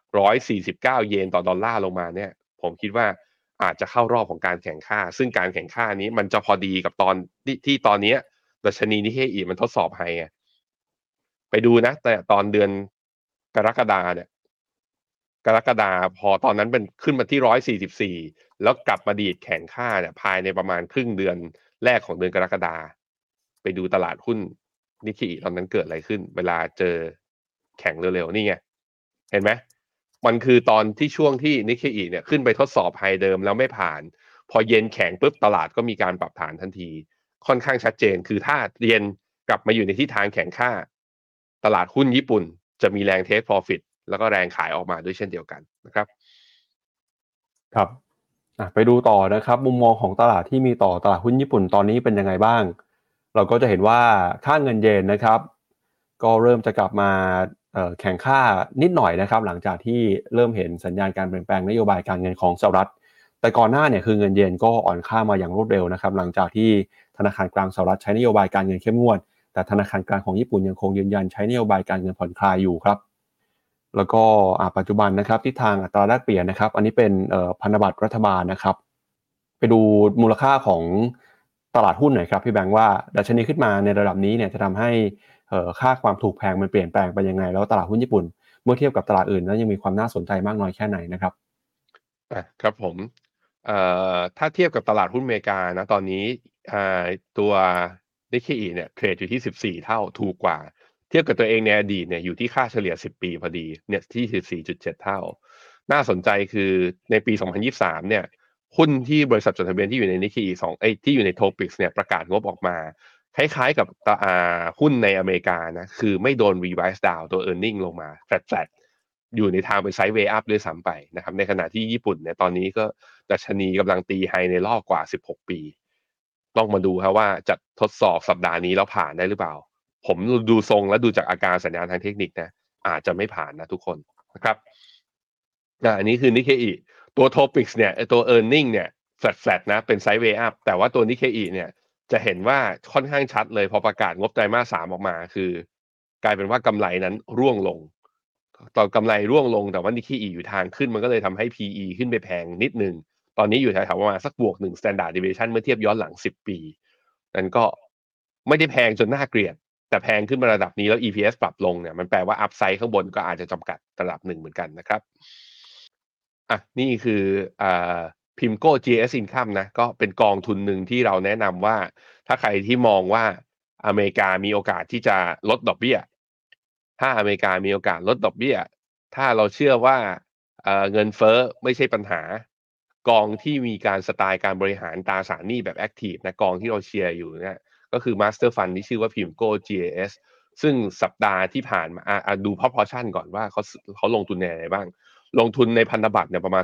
149เยนต่อดอลลาร์ลงมาเนี่ยผมคิดว่าอาจจะเข้ารอบของการแข่งค่าซึ่งการแข่งค่านี้มันจะพอดีกับตอนที่ตอนนี้ดัชนีนิเคอิมันทดสอบไฮไงไปดูนะแต่ตอนเดือนกรกฎาเนี่ยกรกฎาพอตอนนั้นเป็นขึ้นมาที่144แล้วกลับมาดีดแข่งค่าเนี่ยภายในประมาณครึ่งเดือนแรกของเดือนกรกฎาไปดูตลาดหุ้นนิเคอิตอนนั้นเกิดอะไรขึ้นเวลาเจอแข่งเร็วๆนี่ไงเห็นไหมมันคือตอนที่ช่วงที่นิเคอิเนี่ยขึ้นไปทดสอบไฮเดิมแล้วไม่ผ่านพอเย็นแข็งปุ๊บตลาดก็มีการปรับฐานทันทีค่อนข้างชัดเจนคือถ้าเย็นกลับมาอยู่ในทิศทางแข็งค่าตลาดหุ้นญี่ปุ่นจะมีแรงเทคโปรฟิตแล้วก็แรงขายออกมาด้วยเช่นเดียวกันนะครับครับไปดูต่อนะครับมุมมองของตลาดที่มีต่อตลาดหุ้นญี่ปุ่นตอนนี้เป็นยังไงบ้างเราก็จะเห็นว่าค่าเงินเยนนะครับก็เริ่มจะกลับมาแข่งค่านิดหน่อยนะครับหลังจากที่เริ่มเห็นสัญญาณการเปลี่ยนแปลงนโยบายการเงินของสหรัฐแต่ก่อนหน้าเนี่ยคือเงินเยนก็อ่อนค่ามาอย่างรวดเร็วนะครับหลังจากที่ธนาคารกลางสหรัฐใช้นโยบายการเงินเข้มงวดแต่ธนาคารกลางของญี่ปุ่นยังคงยืนยันใช้นโยบายการเงินผ่อนคลายอยู่ครับแล้วก็ปัจจุบันนะครับที่ทางอัตราแลกเปลี่ยนนะครับอันนี้เป็นพันธบัตรรัฐบาลนะครับไปดูมูลค่าของตลาดหุ้นหน่อยครับพี่แบงค์ว่าดัชนีขึ้นมาในระดับนี้เนี่ยจะทำให้ค่าความถูกแพงมันเปลี่ยนแปลงไปยังไงแล้วตลาดหุ้นญี่ปุ่นเมื่อเทียบกับตลาดอื่นนั้นยังมีความน่าสนใจมากน้อยแค่ไหนนะครับครับผมถ้าเทียบกับตลาดหุ้นอเมริกานะตอนนี้ตัวนิเคอิเนี่ยเทรดอยู่ที่14เท่าถูกกว่าเทียบกับตัวเองในอดีตเนี่ยอยู่ที่ค่าเฉลี่ย10ปีพอดีเนี่ยที่14.7เท่าน่าสนใจคือในปี2023เนี่ยหุ้นที่บริษัทจดทะเบียนที่อยู่ในนิเคอิที่อยู่ในโทปิกส์เนี่ยประกาศงบออกมาคล้ายๆกับหุ้นในอเมริกานะคือไม่โดน revise down ตัว earning ลงมา flat อยู่ในทางไปไซด์เวย์อัพด้วยซ้ำไปนะครับในขณะที่ญี่ปุ่นเนี่ยตอนนี้ก็ดัชนีกำลังตีไฮในรอบกว่า16ปีต้องมาดูครับว่าจะทดสอบสัปดาห์นี้แล้วผ่านได้หรือเปล่าผมดูทรงและดูจากอาการสัญญาณทางเทคนิคนะอาจจะไม่ผ่านนะทุกคนนะครับอันนี้คือนิเคอิตัวโทปิกส์เนี่ยตัว earning เนี่ยแฟลตนะเป็นไซด์เวย์อัพแต่ว่าตัวนิเคอิเนี่ยจะเห็นว่าค่อนข้างชัดเลยพอประกาศงบไตรมาส3ออกมาคือกลายเป็นว่ากำไรนั้นร่วงลงตอนกำไรร่วงลงแต่ว่านิเคอิอยู่ทางขึ้นมันก็เลยทำให้ PE ขึ้นไปแพงนิดนึงตอนนี้อยู่แถวๆประมาณสักบวก1 standard deviation เมื่อเทียบย้อนหลัง10ปีนั้นก็ไม่ได้แพงจนน่าเกลียดแต่แพงขึ้นมาระดับนี้แล้ว EPS ปรับลงเนี่ยมันแปลว่าอัพไซด์ข้างบนก็อาจจะจำกัดระดับหนึ่งเหมือนกันนะครับนี่คืออ่า PIMCO GS Income นะก็เป็นกองทุนหนึ่งที่เราแนะนำว่าถ้าใครที่มองว่าอเมริกามีโอกาสที่จะลดดอกเบี้ยถ้าอเมริกามีโอกาสลดดอกเบี้ยถ้าเราเชื่อว่าเงินเฟ้อไม่ใช่ปัญหากองที่มีการสไตล์การบริหารตราสารหนี้แบบแอคทีฟนะกองที่เราเชียร์อยู่เนี่ยก็คือ Master Fund ที่ชื่อว่า PIMCO GAS ซึ่งสัปดาห์ที่ผ่านมาดู proportion ก่อนว่าเขาลงทุนในอะไรบ้างลงทุนในพันธบัตรเนี่ยประมาณ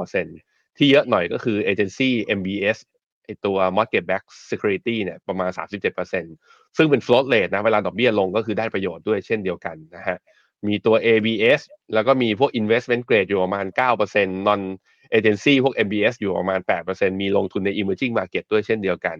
16% ที่เยอะหน่อยก็คือเอเจนซี่ MBS ไอตัว Mortgage Backed Security เนี่ยประมาณ 37%ซึ่งเป็น float rate นะเวลาดอกเบี้ยลงก็คือได้ประโยชน์ด้วยเช่นเดียวกันนะฮะมีตัว ABS แล้วก็มีพวก investment grade อยู่ประมาณ 9% non agency พวก MBS อยู่ประมาณ 8% มีลงทุนใน emerging market ด้วยเช่นเดียวกัน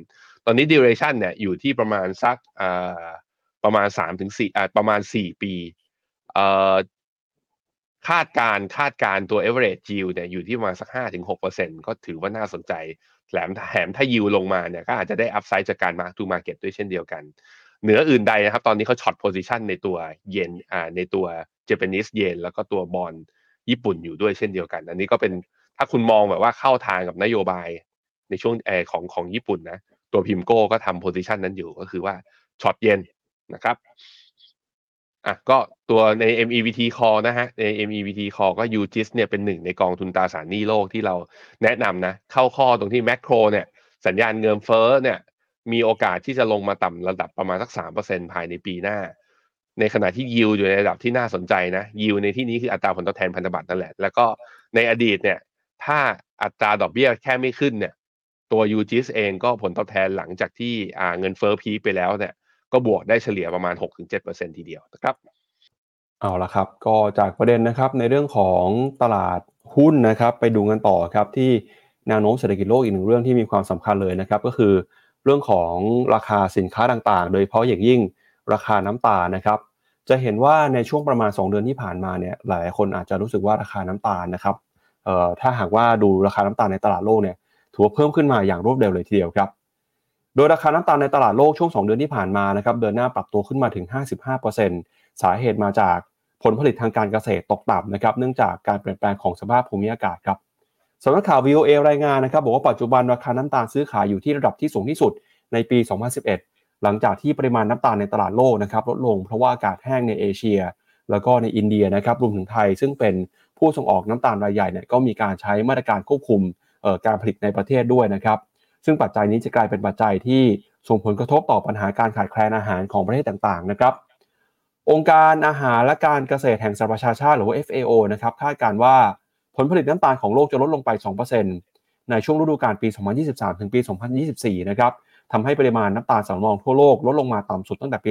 ตอนนี้ duration เนี่ยอยู่ที่ประมาณสักประมาณ3-4ประมาณ4ปีเอ่อคาดการตัว average yield เนี่ยอยู่ที่ประมาณสัก 5-6% ก็ถือว่าน่าสนใจแถมถ้า yield ลงมาเนี่ยก็อาจจะได้ upside จากการ mark to market ด้วยเช่นเดียวกันเหนืออื่นใดนะครับตอนนี้เขา short position ในตัวเยนในตัว Japanese yen แล้วก็ตัวบอนด์ญี่ปุ่นอยู่ด้วยเช่นเดียวกันอันนี้ก็เป็นถ้าคุณมองแบบว่าเข้าทางกับนโยบายในช่วงของญี่ปุ่นนะตัวพิมโก้ก็ทำ position นั้นอยู่ก็คือว่าช็อตเยนนะครับก็ตัวใน MEVT Call นะฮะใน MEVT Call ก็ UGIS เนี่ยเป็นหนึ่งในกองทุนตราสารหนี้โลกที่เราแนะนำนะเข้าข้อตรงที่แมคโครเนี่ยสัญญาณเงินเฟ้อเนี่ยมีโอกาสที่จะลงมาต่ำระดับประมาณสัก 3% ภายในปีหน้าในขณะที่ yield อยู่ในระดับที่น่าสนใจนะ yield ในที่นี้คืออัตราผลตอบแทนพันธบัตรนั่นแหละแล้วก็ในอดีตเนี่ยถ้าอัตราดอกเบี้ยแค่ไม่ขึ้นเนี่ยตัว UGIS เองก็ผลตอบแทนหลังจากที่เงินเฟ้อพีคไปแล้วเนี่ยก็บวกได้เฉลี่ยประมาณ 6-7% ทีเดียวนะครับเอาละครับก็จากประเด็นนะครับในเรื่องของตลาดหุ้นนะครับไปดูกันต่อครับที่แนวโน้มเศรษฐกิจโลกอีกหนึ่งเรื่องที่มีความสำคัญเลยนะครับก็คือเรื่องของราคาสินค้าต่างๆโดยเฉพาะอย่างยิ่งราคาน้ำตาลนะครับจะเห็นว่าในช่วงประมาณ2เดือนที่ผ่านมาเนี่ยหลายคนอาจจะรู้สึกว่าราคาน้ำตาลนะครับถ้าหากว่าดูราคาน้ำตาลในตลาดโลกเนี่ยถือว่าเพิ่มขึ้นมาอย่างรวดเร็วเลยทีเดียวครับโดยราคาน้ำตาลในตลาดโลกช่วง2เดือนที่ผ่านมานะครับเดินหน้าปรับตัวขึ้นมาถึง 55%สาเหตุมาจากผลผลิตทางการเกษตรตกต่ำนะครับเนื่องจากการเปลี่ยนแปลงของสภาพภูมิอากาศครับสำนักข่าว VOA รายงานนะครับบอกว่าปัจจุบันราคาน้ำตาลซื้อขายอยู่ที่ระดับที่สูงที่สุดในปี 2011 หลังจากที่ปริมาณน้ำตาลในตลาดโลกนะครับลดลงเพราะว่าอากาศแห้งในเอเชียแล้วก็ในอินเดียนะครับรวมถึงไทยซึ่งเป็นผู้ส่งออกน้ำตาลรายใหญ่เนี่ยก็มีการใช้มาตรการควบคุมการผลิตในประเทศด้วยนะครับซึ่งปัจจัยนี้จะกลายเป็นปัจจัยที่ส่งผลกระทบต่อปัญหาการขาดแคลนอาหารของประเทศต่างๆนะครับองค์การอาหารและการเกษตรแห่งสหประชาชาติหรือว่า FAO นะครับคาดการณ์ว่าผลผลิตน้ำตาลของโลกจะลดลงไป 2% ในช่วงฤดูกาลปี 2023 ถึงปี 2024 นะครับทำให้ปริมาณน้ำตาลสำรองทั่วโลกลดลงมาต่ำสุดตั้งแต่ปี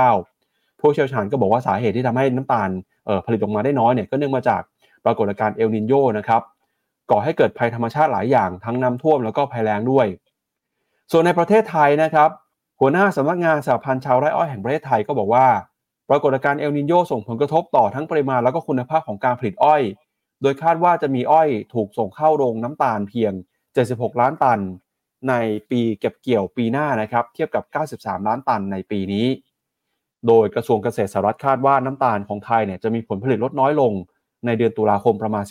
2009 ผู้เชี่ยวชาญก็บอกว่าสาเหตุที่ทำให้น้ำตาลผลิตออกมาได้น้อยเนี่ยก็เนื่องมาจากปรากฏการณ์เอลนิโญนะครับก่อให้เกิดภัยธรรมชาติหลายอย่างทั้งน้ำท่วมแล้วก็ภัยแล้งด้วยส่วนในประเทศไทยนะครับหัวหน้าสำนักงานสหพันธ์ชาวไร่อ้อยแห่งประเทศไทยก็บอกว่าปรากฏการณ์เอลนิโญส่งผลกระทบต่อทั้งปริมาณแล้วก็คุณภาพของการผลิตอ้อยโดยคาดว่าจะมีอ้อยถูกส่งเข้าโรงน้ำตาลเพียง76ล้านตันในปีเก็บเกี่ยวปีหน้านะครับเทียบกับ93ล้านตันในปีนี้โดยกระทรวงเกษตรสหรัฐคาดว่าน้ำตาลของไทยเนี่ยจะมีผลผลิตลดน้อยลงในเดือนตุลาคมประมาณ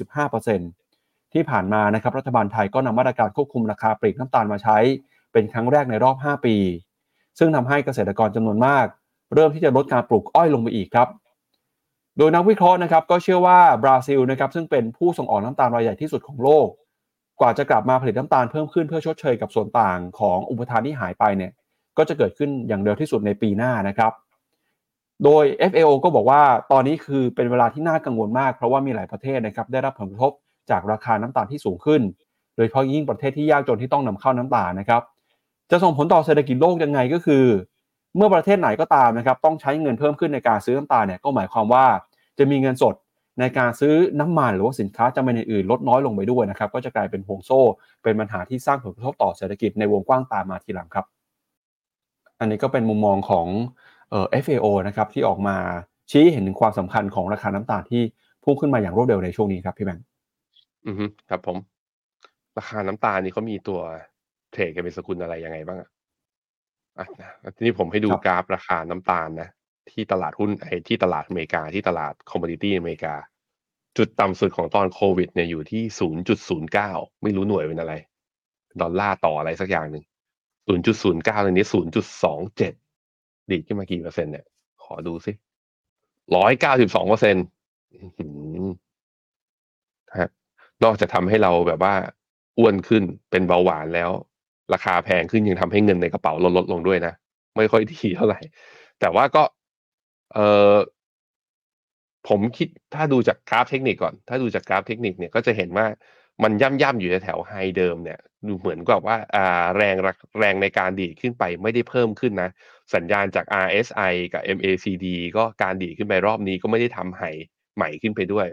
15% ที่ผ่านมานะครับรัฐบาลไทยก็นำมาตรการควบคุมราคาปลีกน้ำตาลมาใช้เป็นครั้งแรกในรอบ5ปีซึ่งทำให้เกษตรกรจำนวนมากเริ่มที่จะลดการปลูกอ้อยลงไปอีกครับโดยนักวิเคราะห์นะครับก็เชื่อว่าบราซิลนะครับซึ่งเป็นผู้ส่งออกน้ำตาลรายใหญ่ที่สุดของโลกกว่าจะกลับมาผลิตน้ำตาลเพิ่มขึ้นเพื่อชดเชยกับส่วนต่างของอุปทานที่หายไปเนี่ยก็จะเกิดขึ้นอย่างเร็วที่สุดในปีหน้านะครับโดย FAO ก็บอกว่าตอนนี้คือเป็นเวลาที่น่ากังวลมากเพราะว่ามีหลายประเทศนะครับได้รับผลกระทบจากราคาน้ำตาลที่สูงขึ้นโดยเฉพาะยิ่งประเทศที่ยากจนที่ต้องนำเข้าน้ำตาลนะครับจะส่งผลต่อเศรษฐกิจโลกยังไงก็คือเมื่อประเทศไหนก็ตามนะครับต้องใช้เงินเพิ่มขึ้นในการซื้อน้ำตาลเนี่ยก็หมายความว่าจะมีเงินสดในการซื้อน้ำมันหรือว่าสินค้าจำเป็นอื่นๆลดน้อยลงไปด้วยนะครับก็จะกลายเป็นห่วงโซ่เป็นปัญหาที่สร้างผลกระทบต่อเศรษฐกิจในวงกว้างตามมาทีหลังครับอันนี้ก็เป็นมุมมองของFAO นะครับที่ออกมาชี้เห็นถึงความสำคัญของราคาน้ำตาลที่พุ่งขึ้นมาอย่างรวดเร็วในช่วงนี้ครับพี่แบงค์ครับผมราคาน้ำตาลนี่เขามีตัวเทรดกันเป็นสกุลอะไรยังไงบ้างทีนี้ผมให้ดูกราฟราคาน้ำตาลนะที่ตลาดหุ้นที่ตลาดอเมริกาที่ตลาดคอมโมดิตี้อเมริกาจุดต่ำสุดของตอนโควิดเนี่ยอยู่ที่ 0.09 ไม่รู้หน่วยเป็นอะไรดอลลาร์ต่ออะไรสักอย่างหนึ่ง 0.09 ตรงนี้ 0.27 ดีดขึ้นมากี่เปอร์เซ็นต์เนี่ยขอดูสิ 192% ฮะนอกจากทำให้เราแบบว่าอ้วนขึ้นเป็นเบาหวานแล้วราคาแพงขึ้นยังทำให้เงินในกระเป๋าลดลงด้วยนะไม่ค่อยดีเท่าไหร่แต่ว่าก็ผมคิดถ้าดูจากกราฟเทคนิคก่อนถ้าดูจากกราฟเทคนิคเนี่ยก็จะเห็นว่ามันย่ำอยู่แถวไฮเดิมเนี่ยดูเหมือนกับว่าแรงในการดีดขึ้นไปไม่ได้เพิ่มขึ้นนะสัญญาณจาก RSI กับ MACD ก็การดีดขึ้นไปรอบนี้ก็ไม่ได้ทำไฮใหม่ขึ้นไปด้วย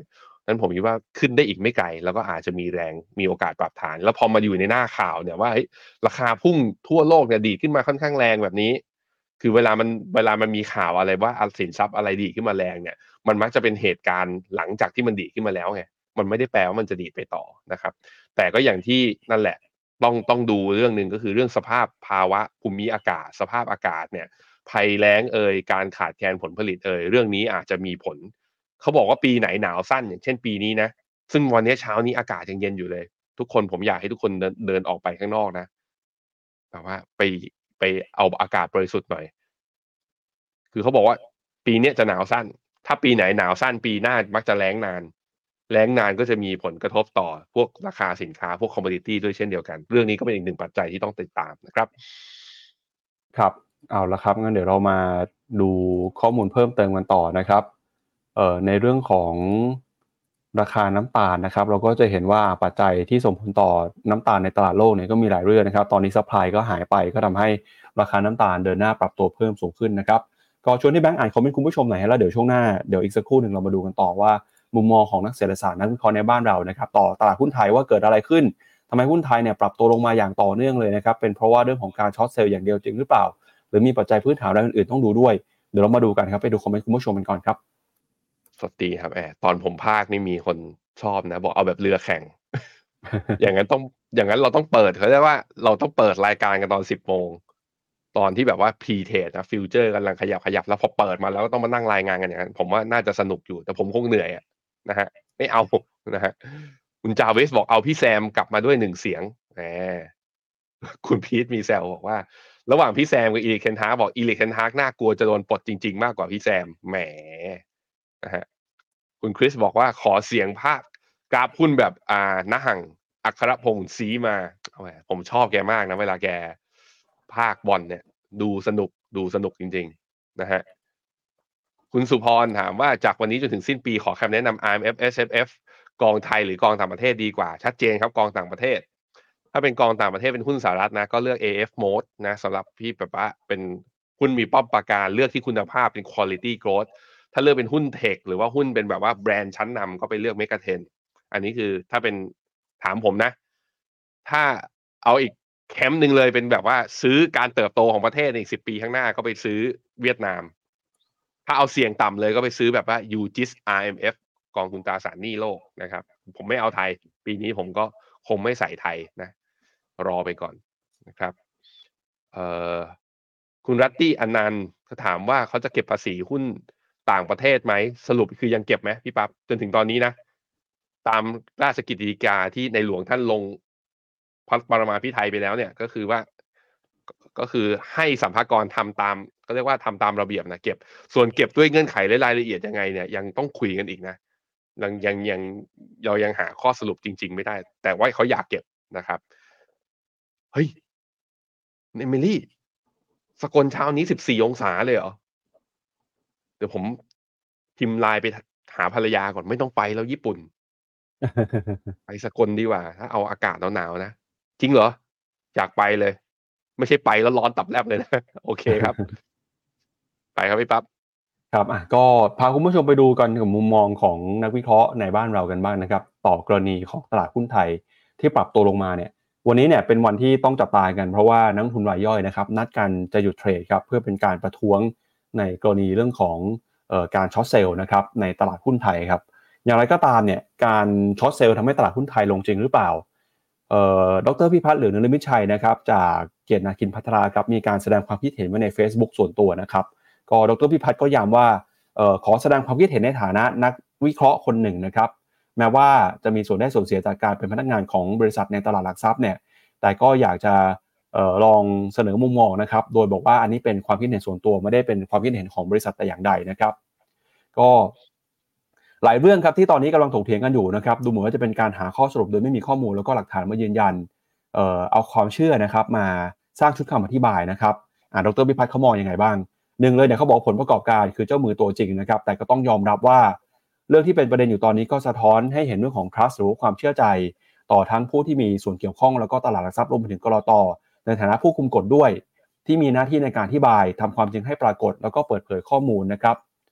นั้นผมคิดว่าขึ้นได้อีกไม่ไกลแล้วก็อาจจะมีแรงมีโอกาสปรับฐานแล้วพอมาอยู่ในหน้าข่าวเนี่ยว่าราคาพุ่งทั่วโลกเนี่ยดีดขึ้นมาค่อนข้างแรงแบบนี้คือเวลามันมีข่าวอะไรว่าสินทรัพย์อะไรดีขึ้นมาแรงเนี่ยมันมักจะเป็นเหตุการณ์หลังจากที่มันดีขึ้นมาแล้วไงมันไม่ได้แปลว่ามันจะดีดไปต่อนะครับแต่ก็อย่างที่นั่นแหละต้องดูเรื่องนึงก็คือเรื่องสภาพภาวะภูมิอากาศสภาพอากาศเนี่ยภัยแล้งการขาดแคลนผลผลิตเรื่องนี้อาจจะมีผลเขาบอกว่าปีไหนหนาวสั้นอย่างเช่นปีนี้นะซึ่งวันนี้เช้านี้อากาศยังเย็นอยู่เลยทุกคนผมอยากให้ทุกคนเดินออกไปข้างนอกนะแบบว่าไปเอาอากาศบริสุทธิ์หน่อยคือเขาบอกว่าปีนี้จะหนาวสั้นถ้าปีไหนหนาวสั้นปีหน้ามักจะแล้งนานแล้งนานก็จะมีผลกระทบต่อพวกราคาสินค้าพวกคอมโมดิตี้ด้วยเช่นเดียวกันเรื่องนี้ก็เป็นอีกหนึ่งปัจจัยที่ต้องติดตามนะครับครับเอาละครับงั้นเดี๋ยวเรามาดูข้อมูลเพิ่มเติมกันต่อนะครับในเรื่องของราคาน้ำตาลนะครับเราก็จะเห็นว่าปัจจัยที่ส่งผลต่อน้ำตาลในตลาดโลกเนี่ยก็มีหลายเรื่องนะครับตอนนี้ซัพพลายก็หายไปก็ทำให้ราคาน้ำตาลเดินหน้าปรับตัวเพิ่มสูงขึ้นนะครับก็ชวนที่แบงค์อ่านคอมเมนต์คุณผู้ชมหน่อยแล้วเดี๋ยวช่วงหน้าเดี๋ยวอีกสักครู่หนึ่งเรามาดูกันต่อว่ามุมมองของนักเศรษฐศาสตร์นักวิเคราะห์ในบ้านเรานะครับต่อตลาดหุ้นไทยว่าเกิดอะไรขึ้นทำไมหุ้นไทยเนี่ยปรับตัวลงมาอย่างต่อเนื่องเลยนะครับเป็นเพราะว่าเรื่องของการช็อตเซลล์อย่างเดียวจริงหรือเปล่าหรือมีปัจจัยพื้นฐานอะไรอื่นๆต้องดูด้วยเดี๋ยวเรามาดูกันครับไปดูคอมเมนต์คุณผู้ชมกันก่อนครับสวัสดีครับตอนผมพากย์นี่มีคนชอบนะบอกเอาแบบเรือแข่ง อย่างนั้นเราต้องเปิดเขาเรียกว่าเราต้องเปิดรายการกันตอน10 โมงตอนที่แบบว่าพรีเทรดนะฟิวเจอร์กำลังขยับแล้วพอเปิดมาแล้วก็ต้องมานั่งรายงานกันอย่างนั้นผมว่าน่าจะสนุกอยู่แต่ผมคงเหนื่อยนะฮะไม่เอานะฮะคุณจาเวสบอกเอาพี่แซมกลับมาด้วย1 เสียงแหมคุณพีทมีแซวบอกว่าระหว่างพี่แซมกับอีริกเทนฮากบอกอีริกเทนฮากน่ากลัวจะโดนปลดจริงๆมากกว่าพี่แซมแหมนะฮะคุณคริสบอกว่าขอเสียงภาคกราฟหุ้นแบบนะหัง อัครพงศ์ศรีมาผมชอบแกมากนะเวลาแกภาคบอลเนี่ยดูสนุกจริงๆนะฮะคุณสุพรถามว่าจากวันนี้จนถึงสิ้นปีขอคำแนะนำ RMF SFF กองไทยหรือกองต่างประเทศดีกว่าชัดเจนครับกองต่างประเทศถ้าเป็นกองต่างประเทศเป็นหุ้นสหรัฐนะก็เลือก AF Mode นะสำหรับพี่แบบว่าเป็นหุ้นมีป้อมปราการเลือกที่คุณภาพเป็น quality growth ถ้าเลือกเป็นหุ้นเทคหรือว่าหุ้นเป็นแบบว่าแบรนด์ชั้นนำก็ไปเลือก Megatrend อันนี้คือถ้าเป็นถามผมนะถ้าเอาอีกแคมป์หนึ่งเลยเป็นแบบว่าซื้อการเติบโตของประเทศในอีก10 ปีข้างหน้าก็ไปซื้อเวียดนามถ้าเอาเสี่ยงต่ำเลยก็ไปซื้อแบบว่า UGIS RMF กองทุนตราสารหนี้โลกนะครับผมไม่เอาไทยปีนี้ผมก็คงไม่ใส่ไทยนะรอไปก่อนนะครับเอ่อคุณรัตตี้อนันต์เขาถามว่าเขาจะเก็บภาษีหุ้นต่างประเทศไหมสรุปคือยังเก็บไหมพี่ปั๊บจนถึงตอนนี้นะตามราชกิจฎีกาที่ในหลวงท่านลงพระปรมาภิไธยไปแล้วเนี่ยก็คือว่าก็คือให้สัมภากรทำตามก็เรียกว่าทำตามระเบียบนะเก็บส่วนเก็บด้วยเงื่อนไขและรายละเอียดยังไงเนี่ยยังต้องคุยกันอีกนะยังเรายังหาข้อสรุปจริงๆไม่ได้แต่ว่าเขาอยากเก็บนะครับเฮ้ยเอมิลี่สกลเช้านี้14 องศาเลยเหรอเดี๋ยวผมพิมพ์ไลน์ไปหาภรรยาก่อนไม่ต้องไปแล้วญี่ปุ่น ไปสกลดีกว่าถ้าเอาอากาศหนาวๆนะจริงเหรออยากไปเลยไม่ใช่ไปแล้วร้อนตับแลบเลยนะโอเคครับไปครับพี่ปั๊บครับก็พาคุณผู้ชมไปดูกันกับมุมมองของนักวิเคราะห์ในบ้านเรากันบ้างนะครับต่อกรณีของตลาดหุ้นไทยที่ปรับตัวลงมาเนี่ยวันนี้เนี่ยเป็นวันที่ต้องจับตากันเพราะว่านักทุนรายย่อยนะครับนัดกันจะหยุดเทรดครับเพื่อเป็นการประท้วงในกรณีเรื่องของการช็อตเซลล์นะครับในตลาดหุ้นไทยครับอย่างไรก็ตามเนี่ยการช็อตเซลล์ทำให้ตลาดหุ้นไทยลงจริงหรือเปล่าดร.พิพัฒน์เหลืองนฤมิตชัยนะครับจากเกียรตินาคินพัฒนาครับมีการแสดงความคิดเห็นไว้ใน Facebook ส่วนตัวนะครับก็ดร.พิพัฒน์ก็ย้ำว่าขอแสดงความคิดเห็นในฐานะนักวิเคราะห์คนหนึ่งนะครับแม้ว่าจะมีส่วนได้ส่วนเสียจากการเป็นพนักงานของบริษัทในตลาดหลักทรัพย์เนี่ยแต่ก็อยากจะลองเสนอมุมมองนะครับโดยบอกว่าอันนี้เป็นความคิดเห็นส่วนตัวไม่ได้เป็นความคิดเห็นของบริษัทแต่อย่างใดนะครับก็หลายเรื่องครับที่ตอนนี้กำลังถกเถียงกันอยู่นะครับดูเหมือนว่าจะเป็นการหาข้อสรุปโดยไม่มีข้อมูลแล้วก็หลักฐานมายืนยันเอาความเชื่อนะครับมาสร้างชุดคำอธิบายนะครับดร.พิพัฒน์เขามองยังไงบ้างหนึ่งเลยเนี่ยเขาบอกผลประกอบการคือเจ้ามือตัวจริงนะครับแต่ก็ต้องยอมรับว่าเรื่องที่เป็นประเด็นอยู่ตอนนี้ก็สะท้อนให้เห็นเรื่องของ trust หรือความเชื่อใจต่อทั้งผู้ที่มีส่วนเกี่ยวข้องแล้วก็ตลาดหลักทรัพย์รวมไปถึงกลต.ในฐานะผู้คุมกฎด้วยที่มีหน้าที่ในการอธิบายทำความจริงให้ปรากฏแล้วก็เปิดเผยข้อมูลนะครับ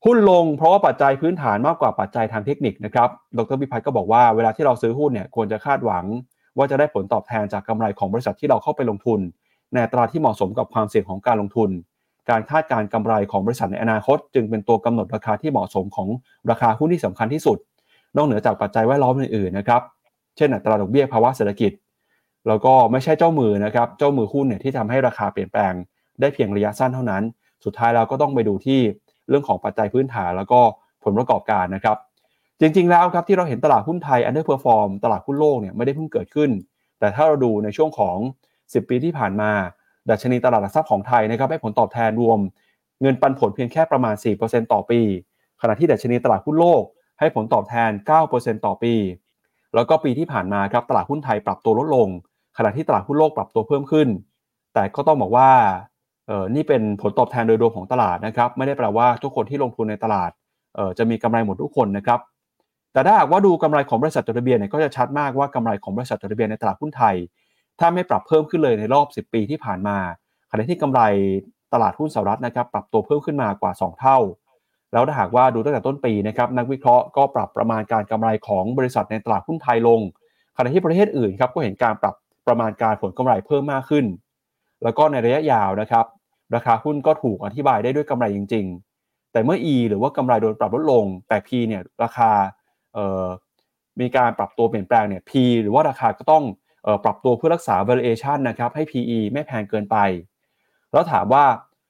หุ้นลงเพราะว่าปัจจัยพื้นฐานมากกว่าปัจจัยทางเทคนิคนะครับดร.พิพัฒน์ก็บอกว่าเวลาที่เราซื้อหุ้นเนี่ยควรจะคาดหวังว่าจะได้ผลตอบแทนจากกำไรของบริษัทที่เราเข้าไปลงทุนในอัตราที่เหมาะสมกับความเสี่ยงของการลงทุนการคาดการณ์กำไรของบริษัทในอนาคตจึงเป็นตัวกำหนดราคาที่เหมาะสมของราคาหุ้นที่สำคัญที่สุดนอกเหนือจากปัจจัยแวดล้อมอื่นๆนะครับเช่นอัตราดอกเบี้ยภาวะเศรษฐกิจแล้วก็ไม่ใช่เจ้ามือนะครับเจ้ามือหุ้นเนี่ยที่ทำให้ราคาเปลี่ยนแปลงได้เพียงระยะสั้นเท่านั้นสุดท้ายเราก็ต้องไปดูที่เรื่องของปัจจัยพื้นฐานแล้วก็ผลประกอบการนะครับจริงๆแล้วครับที่เราเห็นตลาดหุ้นไทย underperform ตลาดหุ้นโลกเนี่ยไม่ได้เพิ่งเกิดขึ้นแต่ถ้าเราดูในช่วงของ10ปีที่ผ่านมาดัชนีตลาดหลักทรัพย์ของไทยนะครับให้ผลตอบแทนรวมเงินปันผลเพียงแค่ประมาณ 4% ต่อปีขณะที่ดัชนีตลาดหุ้นโลกให้ผลตอบแทน 9% ต่อปีแล้วก็ปีที่ผ่านมาครับตลาดหุ้นไทยปรับตัวลดลงขณะที่ตลาดหุ้นโลกปรับตัวเพิ่มขึ้นแต่ก็ต้องบอกว่านี่เป็นผลตอบแทนโดยรวมของตลาดนะครับไม่ได้แปลว่าทุกคนที่ลงทุนในตลาดจะมีกำไรหมดทุกคนนะครับแต่ถ้าหากว่าดูกำไรของบริษัทจดทะเบียนเนี่ยก็จะชัดมากว่ากำไรของบริษัทจดทะเบียนในตลาดหุ้นไทยถ้าไม่ปรับเพิ่มขึ้นเลยในรอบ10ปีที่ผ่านมาขณะที่กำไรตลาดหุ้นสหรัฐนะครับปรับตัวเพิ่มขึ้นมากว่า2เท่าแล้วถ้าหากว่าดูตั้งแต่ต้นปีนะครับนักวิเคราะห์ก็ปรับประมาณการกำไรของบริษัทในตลาดหุ้นไทยลงขณะที่ประเทศอื่นครับก็เห็นการปรับประมาณการผลกำไรเพิ่มมากขึ้นแล้วก็ในระยะยาวนะครับราคาหุ้นก็ถูกอธิบายได้ด้วยกำไรจริงๆแต่เมื่อ E หรือว่ากำไรโดนปรับลดลงแต่ P เนี่ยราคามีการปรับตัวเปลี่ยนแปลงเนี่ย P หรือว่าราคาก็ต้องปรับตัวเพื่อรักษา valuation นะครับให้ PE ไม่แพงเกินไปแล้วถามว่า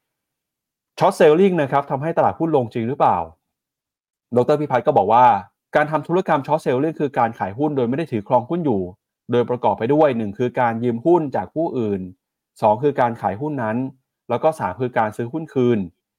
short selling นะครับทำให้ตลาดหุ้นลงจริงหรือเปล่าดร.พิพัฒน์ก็บอกว่าการทำธุรกรรม short selling คือการขายหุ้นโดยไม่ได้ถือครองหุ้นอยู่โดยประกอบไปด้วย1คือการยืมหุ้นจากผู้อื่น2คือการขายหุ้นนั้นแล้วก็3คือการซื้อหุ้นคืน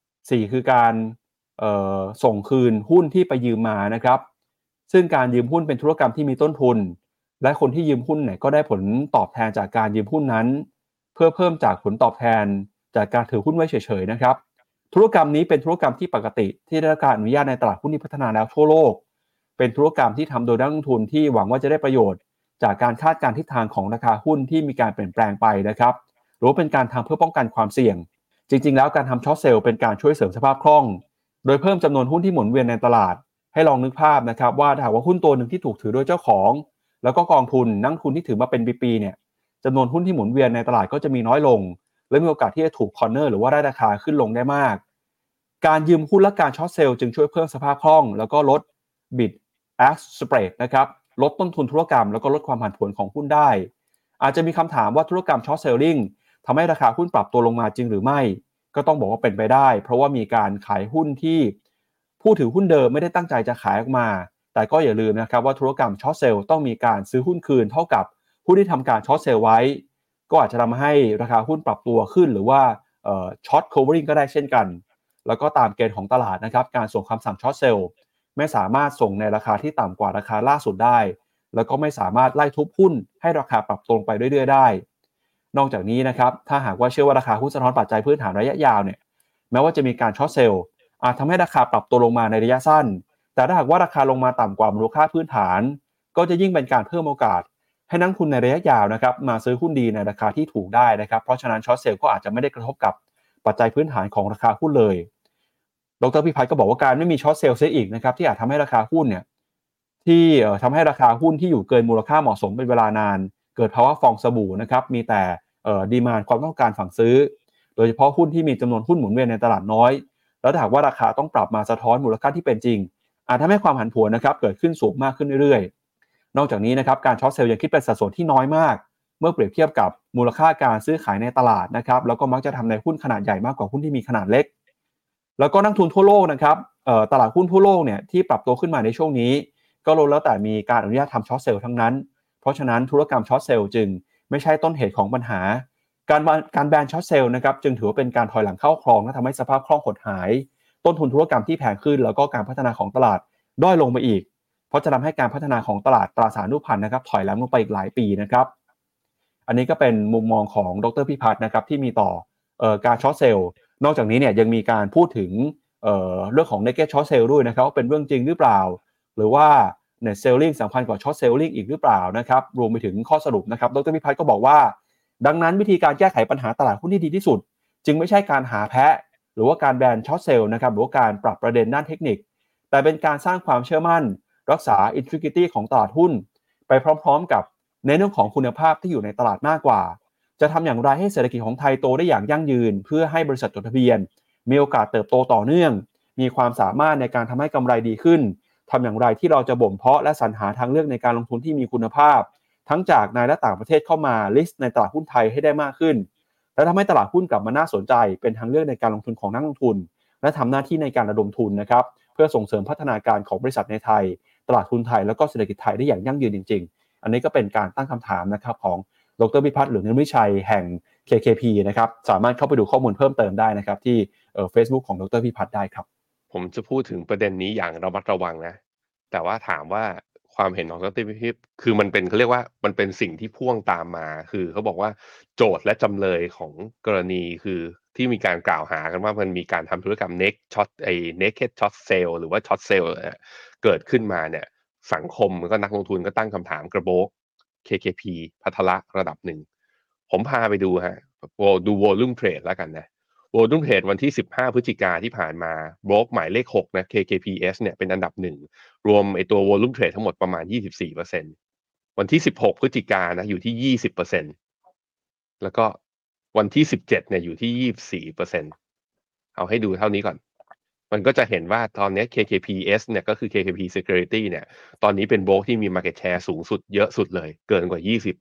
4คือการส่งคืนหุ้นที่ไปยืมมานะครับซึ่งการยืมหุ้นเป็นธุรกรรมที่มีต้นทุนและคนที่ยืมหุ้นเนี่ยก็ได้ผลตอบแทนจากการยืมหุ้นนั้นเพื่อเพิ่มจากผลตอบแทนจากการถือหุ้นไว้เฉยๆนะครับธุรกรรมนี้เป็นธุรกรรมที่ปกติที่ได้รับการอนุญาตในตลาดหุ้นที่พัฒนาแล้วทั่วโลกเป็นธุรกรรมที่ทำโดยนักลงทุนที่หวังว่าจะได้ประโยชน์จากการคาดการณ์ทิศทางของราคาหุ้นที่มีการเปลี่ยนแปลงไปนะครับหรือเป็นการทำเพื่อป้องกันความเสี่ยงจริงๆแล้วการทำช็อตเซลล์เป็นการช่วยเสริมสภาพคล่องโดยเพิ่มจำนวนหุ้นที่หมุนเวียนในตลาดให้ลองนึกภาพนะครับว่าถ้าว่าหุ้นตัวหนึ่งที่ถูกถือโดยเจ้าของแล้วก็กองทุนนักทุนที่ถือมาเป็นปีๆเนี่ยจำนวนหุ้นที่หมุนเวียนในตลาดก็จะมีน้อยลงและมีโอกาสที่จะถูกคอร์เนอร์หรือว่าได้ราคาขึ้นลงได้มากการยืมหุ้นและการช็อตเซลล์จึงช่วยเพิ่มสภาพคล่องแล้วก็ลด bid ask spread นะครับลดต้นทุนธุรกรรมแล้วก็ลดความผันผวนของหุ้นได้อาจจะมีคำถามว่าธุรกรรมช็อตเซลลิงทำให้ราคาหุ้นปรับตัวลงมาจริงหรือไม่ก็ต้องบอกว่าเป็นไปได้เพราะว่ามีการขายหุ้นที่ผู้ถือหุ้นเดิมไม่ได้ตั้งใจจะขายออกมาแต่ก็อย่าลืมนะครับว่าธุรกรรมช็อตเซลล์ต้องมีการซื้อหุ้นคืนเท่ากับผู้ที่ทำการช็อตเซลล์ไว้ก็อาจจะทำให้ราคาหุ้นปรับตัวขึ้นหรือว่าช็อต covering ก็ได้เช่นกันแล้วก็ตามเกณฑ์ของตลาดนะครับการส่งคำสั่งช็อตเซลล์ไม่สามารถส่งในราคาที่ต่ำกว่าราคาล่าสุดได้แล้วก็ไม่สามารถไล่ทุบหุ้นให้ราคาปรับตัวไปเรื่อยๆได้นอกจากนี้นะครับถ้าหากว่าเชื่อว่าราคาหุ้นสะท้อนปัจจัยพื้นฐานระยะยาวเนี่ยแม้ว่าจะมีการช็อตเซลล์อาจทำให้ราคาปรับตัวลงมาในระยะสั้นแต่ถ้าหากว่าราคาลงมาต่ำกว่ามูลค่าพื้นฐานก็จะยิ่งเป็นการเพิ่มโอกาสให้นักทุนในระยะยาวนะครับมาซื้อหุ้นดีในราคาที่ถูกได้นะครับเพราะฉะนั้นช็อตเซลล์ก็อาจจะไม่ได้กระทบกับปัจจัยพื้นฐานของราคาหุ้นเลยดร.พิพัฒน์ก็บอกว่าการไม่มีช็อตเซลล์เสียอีกนะครับที่อาจทำให้ราคาหุ้นเนี่ยที่ทำให้ราคาหุ้นที่อยู่เกินมูลค่าเหมาะสมเป็นเวลานานเกิดภาวะฟองสบู่นะครับมีแต่ดีมานด์ความต้องการฝั่งซื้อโดยเฉพาะหุ้นที่มีจำนวนหุ้นหมุนเวียนในตลาดน้อยแล้วถ้าหากว่าราคาต้องปรับมาสะท้อนมูลค่าที่เป็นจริงอาจทำให้ความผันผวนนะครับเกิดขึ้นสูงมากขึ้นเรื่อยๆนอกจากนี้นะครับการช็อตเซลล์ยังคิดเป็นสัดส่วนที่น้อยมากเมื่อเปรียบเทียบกับมูลค่าการซื้อขายในตลาดนะครับแล้วก็มักจะทำในหุ้นขนาดใหญ่มากกว่าหุ้นที่มีขนาดเล็กแล้วก็นักทุนทั่วโลกนะครับตลาดหุ้นทั่วโลกเนี่ยที่ปรับตัวขึ้นมาในช่วงนี้ก็ล้วนแล้วแต่มีการอนุญาตทำช็อตเซลล์ทั้งนั้นเพราะฉะนั้นธุรกรรมช็อตเซลล์จึงไม่ใช่ต้นเหตุของปัญหาการแบนช็อตเซลล์นะครับจึงถือว่าเป็นการถอยหลังเข้าคลองและทำให้สภาพคล่องหดหายต้นทุนธุรกรรมที่แพงขึ้นแล้วก็การพัฒนาของตลาดด้อยลงมาอีกเพราะจะทำให้การพัฒนาของตลาดตราสารหนี้พันนะครับถอยหลังลงไปอีกหลายปีนะครับอันนี้ก็เป็นมุมมองของดร.พิพัฒน์นะครับที่มีต่อการช็อตเซลล์นอกจากนี้เนี่ยยังมีการพูดถึงเรื่องของ naked short sale ด้วยนะครับว่าเป็นเรื่องจริงหรือเปล่าหรือว่า net selling สำคัญกว่า short selling อีกหรือเปล่านะครับรวมไปถึงข้อสรุปนะครับดร.พิพัฒน์ก็บอกว่าดังนั้นวิธีการแก้ไขปัญหาตลาดหุ้นที่ดีที่สุดจึงไม่ใช่การหาแพะหรือว่าการแบนช็อตเซลล์นะครับหรือว่าการปรับประเด็นด้านเทคนิคแต่เป็นการสร้างความเชื่อมั่นรักษา integrity ของตลาดหุ้นไปพร้อมๆกับในเรื่องของคุณภาพที่อยู่ในตลาดมากกว่าจะทำอย่างไรให้เศรษฐกิจของไทยโตได้อย่างยั่งยืนเพื่อให้บริษัทจดทะเบียนมีโอกาสเติบโตต่อเนื่องมีความสามารถในการทำให้กำไรดีขึ้นทำอย่างไรที่เราจะบ่มเพาะและสรรหาทางเลือกในการลงทุนที่มีคุณภาพทั้งจากในและต่างประเทศเข้ามาลิสต์ในตลาดหุ้นไทยให้ได้มากขึ้นและทำให้ตลาดหุ้นกลับมาน่าสนใจเป็นทางเลือกในการลงทุนของนักลงทุนและทำหน้าที่ในการระดมทุนนะครับเพื่อส่งเสริมพัฒนาการของบริษัทในไทยตลาดทุนไทยแล้วก็เศรษฐกิจไทยได้อย่างยั่งยืนจริงๆอันนี้ก็เป็นการตั้งคำถามนะครับของดร.พิพัฒน์เหลืองนิรมิชัยแห่ง KKP นะครับสามารถเข้าไปดูข้อมูลเพิ่มเติมได้นะครับที่Facebook ของดร.พิพัฒน์ได้ครับผมจะพูดถึงประเด็นนี้อย่างระมัดระวังนะแต่ว่าถามว่าความเห็นของดร.พิพิธคือมันเป็นเขาเรียกว่ามันเป็นสิ่งที่พ่วงตามมาคือเขาบอกว่าโจทย์และจำเลยของกรณีคือที่มีการกล่าวหากันว่ามันมีการทำธุรกรรม naked short sale หรือว่า short sale เกิดขึ้นมาเนี่ยสังคมแล้วก็นักลงทุนก็ตั้งคำถามกระโบก KKP พัทละระดับหนึ่งผมพาไปดูฮะดู volume trade แล้วกันนะvolume trade วันที่15พฤศจิกาที่ผ่านมาโบรกหมายเลข6นะ KKPS เนี่ยเป็นอันดับ1รวมไอตัว volume trade ทั้งหมดประมาณ 24% วันที่16พฤศจิกานะอยู่ที่ 20% แล้วก็วันที่17เนี่ยอยู่ที่ 24% เอาให้ดูเท่านี้ก่อนมันก็จะเห็นว่าตอนนี้ KKPS เนี่ยก็คือ KKP Security เนี่ยตอนนี้เป็นโบรกที่มี market share สูงสุดเยอะสุดเลยเกินกว่า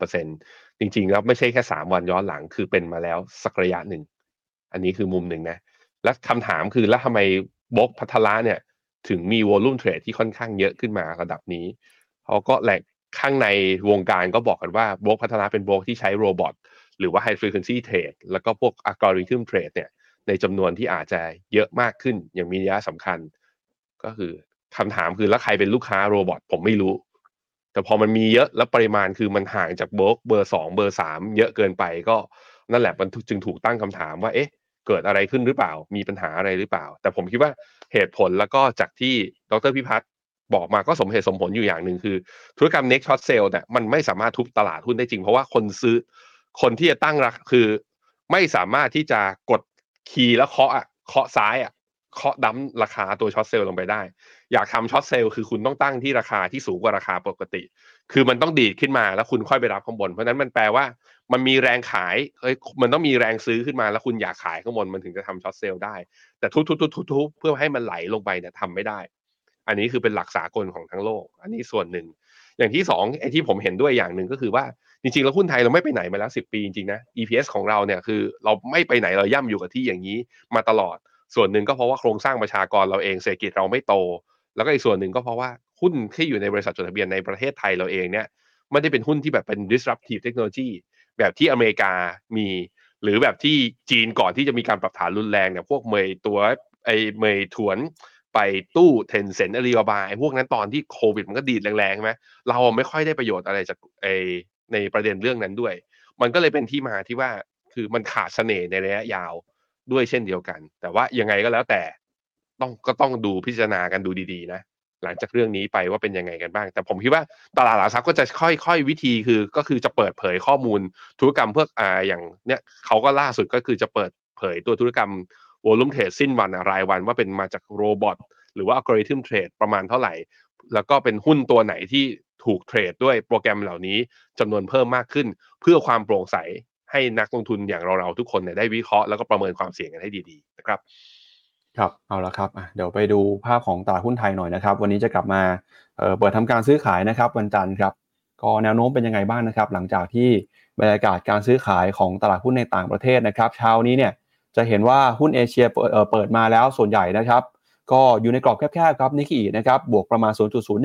20% จริงๆแล้วไม่ใช่แค่3วันย้อนหลังคือเป็นมาแล้วสักระยะหนึ่งอันนี้คือมุมหนึ่งนะและคำถามคือแล้วทำไมโบรกพัทละเนี่ยถึงมี volume trade ที่ค่อนข้างเยอะขึ้นมาระดับนี้เขาก็แหล่งข้างในวงการก็บอกกันว่าโบรกพัทละเป็นโบรกที่ใช้โรบอทหรือว่า high frequency trade แล้วก็พวก algorithm trade เนี่ยในจำนวนที่อาจจะเยอะมากขึ้นอย่างมีนัยสำคัญก็คือคำถามคือแล้วใครเป็นลูกค้าโรบอทผมไม่รู้แต่พอมันมีเยอะแล้วปริมาณคือมันห่างจากโบรกเบอร์2เบอร์3เยอะเกินไปก็นั่นแหละมันจึงถูกตั้งคำถามว่าเอ๊ะเกิดอะไรขึ้นหรือเปล่ามีปัญหาอะไรหรือเปล่าแต่ผมคิดว่าเหตุผลแล้วก็จากที่ดร.พิพัฒน์บอกมาก็สมเหตุสมผลอยู่อย่างหนึ่งคือธุรกรรม next short sale เนี่ยมันไม่สามารถทุบตลาดหุ้นได้จริงเพราะว่าคนที่จะตั้งราคาคือไม่สามารถที่จะกดคีย์แล้วเคาะซ้ายเคาะดั้มราคาตัวช็อตเซลล์ลงไปได้อยากทำช็อตเซลล์คือคุณต้องตั้งที่ราคาที่สูงกว่าราคาปกติคือมันต้องดีดขึ้นมาแล้วคุณค่อยไปรับข้างบนเพราะนั้นมันแปลว่ามันมีแรงขายมันต้องมีแรงซื้อขึ้นมาแล้วคุณอยากขายข้างบนมันถึงจะทำช็อตเซลล์ได้แต่ทุบเพื่อให้มันไหลลงไปเนี่ยทำไม่ได้อันนี้คือเป็นหลักสากลของทั้งโลกอันนี้ส่วนหนึ่งอย่างที่2ไอ้ที่ผมเห็นด้วยอย่างหนึ่งก็คือว่าจริงๆแล้วหุ้นไทยเราไม่ไปไหนมาแล้ว10 ปีจริงๆนะ EPS ของเราเนี่ยคือเราไม่ไปไหนเราย่ำอยู่กับที่อย่างนี้มาตลอดส่วนหนึ่งก็เพราะว่าโครงสร้างประชากรเราเองเศรษฐกิจเราไม่โตแล้วก็อีกส่วนหนึ่งก็เพราะว่าหุ้นที่อยู่ในบริษัทจดทะเบียนในประเทศไทยเราเองเนี่ยไม่ได้เป็นหุ้นที่แบบเป็น disruptive technology แบบที่อเมริกามีหรือแบบที่จีนก่อนที่จะมีการปรับฐานรุนแรงเนี่ยพวกเมย์เมย์ถวนไปตู้เทนเซ็นต์อาลีบาบาพวกนั้นตอนที่โควิดมันก็ดีดแรงๆใช่ไหมเราไม่ค่อยได้ประโยชน์อะไรจากในประเด็นเรื่องนั้นด้วยมันก็เลยเป็นที่มาที่ว่าคือมันขาดเสน่ห์ในระยะยาวด้วยเช่นเดียวกันแต่ว่ายังไงก็แล้วแต่ต้องดูพิจารณากันดูดีๆนะหลังจากเรื่องนี้ไปว่าเป็นยังไงกันบ้างแต่ผมคิดว่าตลาดหลักทรัพย์ก็จะค่อยๆวิธีก็คือจะเปิดเผยข้อมูลธุรกรรมเพื่ออย่างเนี้ยเขาก็ล่าสุดก็คือจะเปิดเผยตัวธุรกรรมvolume trade สิ้นวันรายวันว่าเป็นมาจากโรบอทหรือว่า algorithm trade ประมาณเท่าไหร่แล้วก็เป็นหุ้นตัวไหนที่ถูกเทรดด้วยโปรแกรมเหล่านี้จำนวนเพิ่มมากขึ้นเพื่อความโปร่งใสให้นักลงทุนอย่างเราทุกคนเนี่ยได้วิเคราะห์แล้วก็ประเมินความเสี่ยงกันให้ดีๆนะครับครับเอาละครับเดี๋ยวไปดูภาพของตลาดหุ้นไทยหน่อยนะครับวันนี้จะกลับมาเปิดทำการซื้อขายนะครับวันจันทร์ครับก็แนวโน้มเป็นยังไงบ้างนะครับหลังจากที่บรรยากาศการซื้อขายของตลาดหุ้นในต่างประเทศนะครับเช้านี้เนี่ยจะเห็นว่าหุ้นเอเชียเปิดมาแล้วส่วนใหญ่นะครับก็อยู่ในกรอบแคบๆครับนิกเกินะครับบวกประมาณ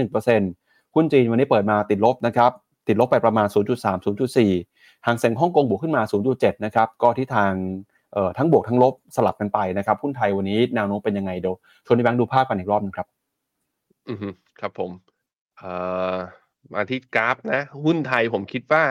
0.01% หุ้นจีนวันนี้เปิดมาติดลบนะครับติดลบไปประมาณ 0.3 0.4 หางเส็งฮ่องกงบวกขึ้นมา 0.7 นะครับก็ที่ทางทั้งบวกทั้งลบสลับกันไปนะครับหุ้นไทยวันนี้แนวโน้มเป็นยังไงเดี๋ยวชวนที่แบงค์ดูภาพกันอีกรอบนึงครับครับผมมาที่กราฟนะหุ้นไทยผมคิดว่า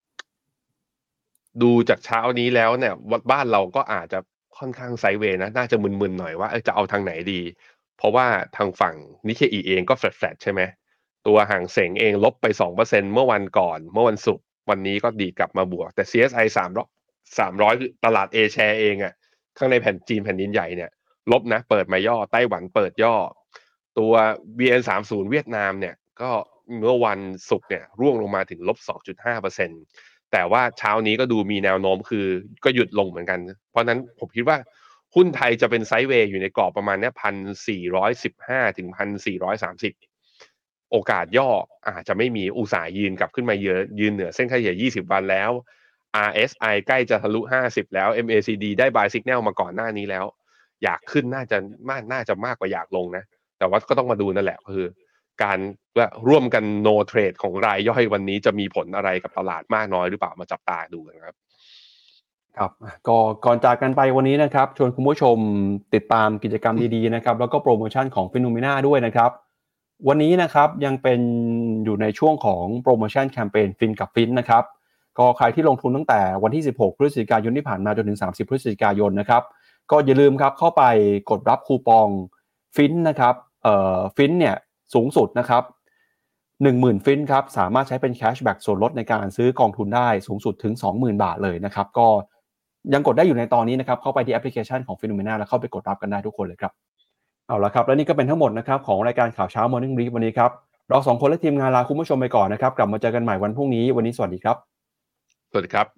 ดูจากเช้านี้แล้วเนี่ยบ้านเราก็อาจจะค่อนข้างไซด์เวย์นะน่าจะมึนๆหน่อยว่าจะเอาทางไหนดีเพราะว่าทางฝั่งนิเคอิเองก็แฟลตๆใช่ไหมตัวห่างเส็งเองลบไป 2% เมื่อวันก่อนเมื่อวันศุกร์วันนี้ก็ดีกลับมาบวกแต่ CSI 300คือตลาด A share เองข้างในแผ่นจีนแผ่นดินใหญ่เนี่ยลบนะเปิดมาย่อไต้หวันเปิดย่อตัว VN30 เวียดนามเนี่ยก็เมื่อวันศุกร์เนี่ยร่วงลงมาถึงลบ 2.5% แต่ว่าเช้านี้ก็ดูมีแนวโน้มคือก็หยุดลงเหมือนกันเพราะนั้นผมคิดว่าหุ้นไทยจะเป็นไซด์เวย์อยู่ในกรอบประมาณเนี้ย 1,415 ถึง 1,430 โอกาสย่ออาจจะไม่มีอุตสาห์ยืนกลับขึ้นมายืนเหนือเส้นค่าเฉลี่ย20 วันแล้ว RSI ใกล้จะทะลุ50แล้ว MACD ได้ buy signal มาก่อนหน้านี้แล้วอยากขึ้นน่าจะมากกว่าอยากลงนะแต่ว่าก็ต้องมาดูนั่นแหละคือการร่วมกัน no trade ของรายย่อยวันนี้จะมีผลอะไรกับตลาดมากน้อยหรือเปล่ามาจับตาดูกันครับครับก็ก่อนจากกันไปวันนี้นะครับชวนคุณผู้ชมติดตามกิจกรรมดีๆนะครับแล้วก็โปรโมชั่นของ Phenomena ด้วยนะครับวันนี้นะครับยังเป็นอยู่ในช่วงของโปรโมชั่นแคมเปญฟินกับฟินนะครับก็ใครที่ลงทุนตั้งแต่วันที่16พฤศจิกายนที่ผ่านมาจนถึง30พฤศจิกายนนะครับก็อย่าลืมครับเข้าไปกดรับคูปองฟินนะครับฟินเนี่ยสูงสุดนะครับ 10,000 ฟินครับสามารถใช้เป็นแคชแบ็กส่วนลดในการซื้อกองทุนได้สูงสุดถึง 20,000 บาทเลยนะครับก็ยังกดได้อยู่ในตอนนี้นะครับเข้าไปที่แอปพลิเคชันของ Phenomena แล้วเข้าไปกดรับกันได้ทุกคนเลยครับเอาละครับและนี่ก็เป็นทั้งหมดนะครับของรายการข่าวเช้า Morning Brief วันนี้ครับเรา2คนและทีมงานลาคุณผู้ชมไปก่อนนะครับกลับมาเจอกันใหม่วันพรุ่งนี้วันนี้สวัสดีครับสวัสดีครับ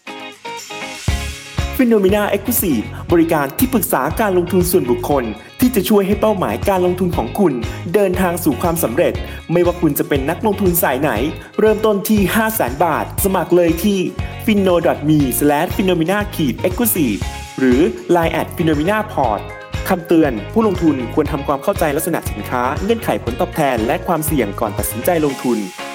Phenomena Exclusive บริการที่ปรึกษาการลงทุนส่วนบุคคลที่จะช่วยให้เป้าหมายการลงทุนของคุณเดินทางสู่ความสำเร็จไม่ว่าคุณจะเป็นนักลงทุนสายไหนเริ่มต้นที่ 500,000 บาทสมัครเลยที่ finno.me/phenomena-exclusive หรือ Line @phenomena-port คำเตือนผู้ลงทุนควรทำความเข้าใจลักษณะสินค้าเงื่อนไขผลตอบแทนและความเสี่ยงก่อนตัดสินใจลงทุน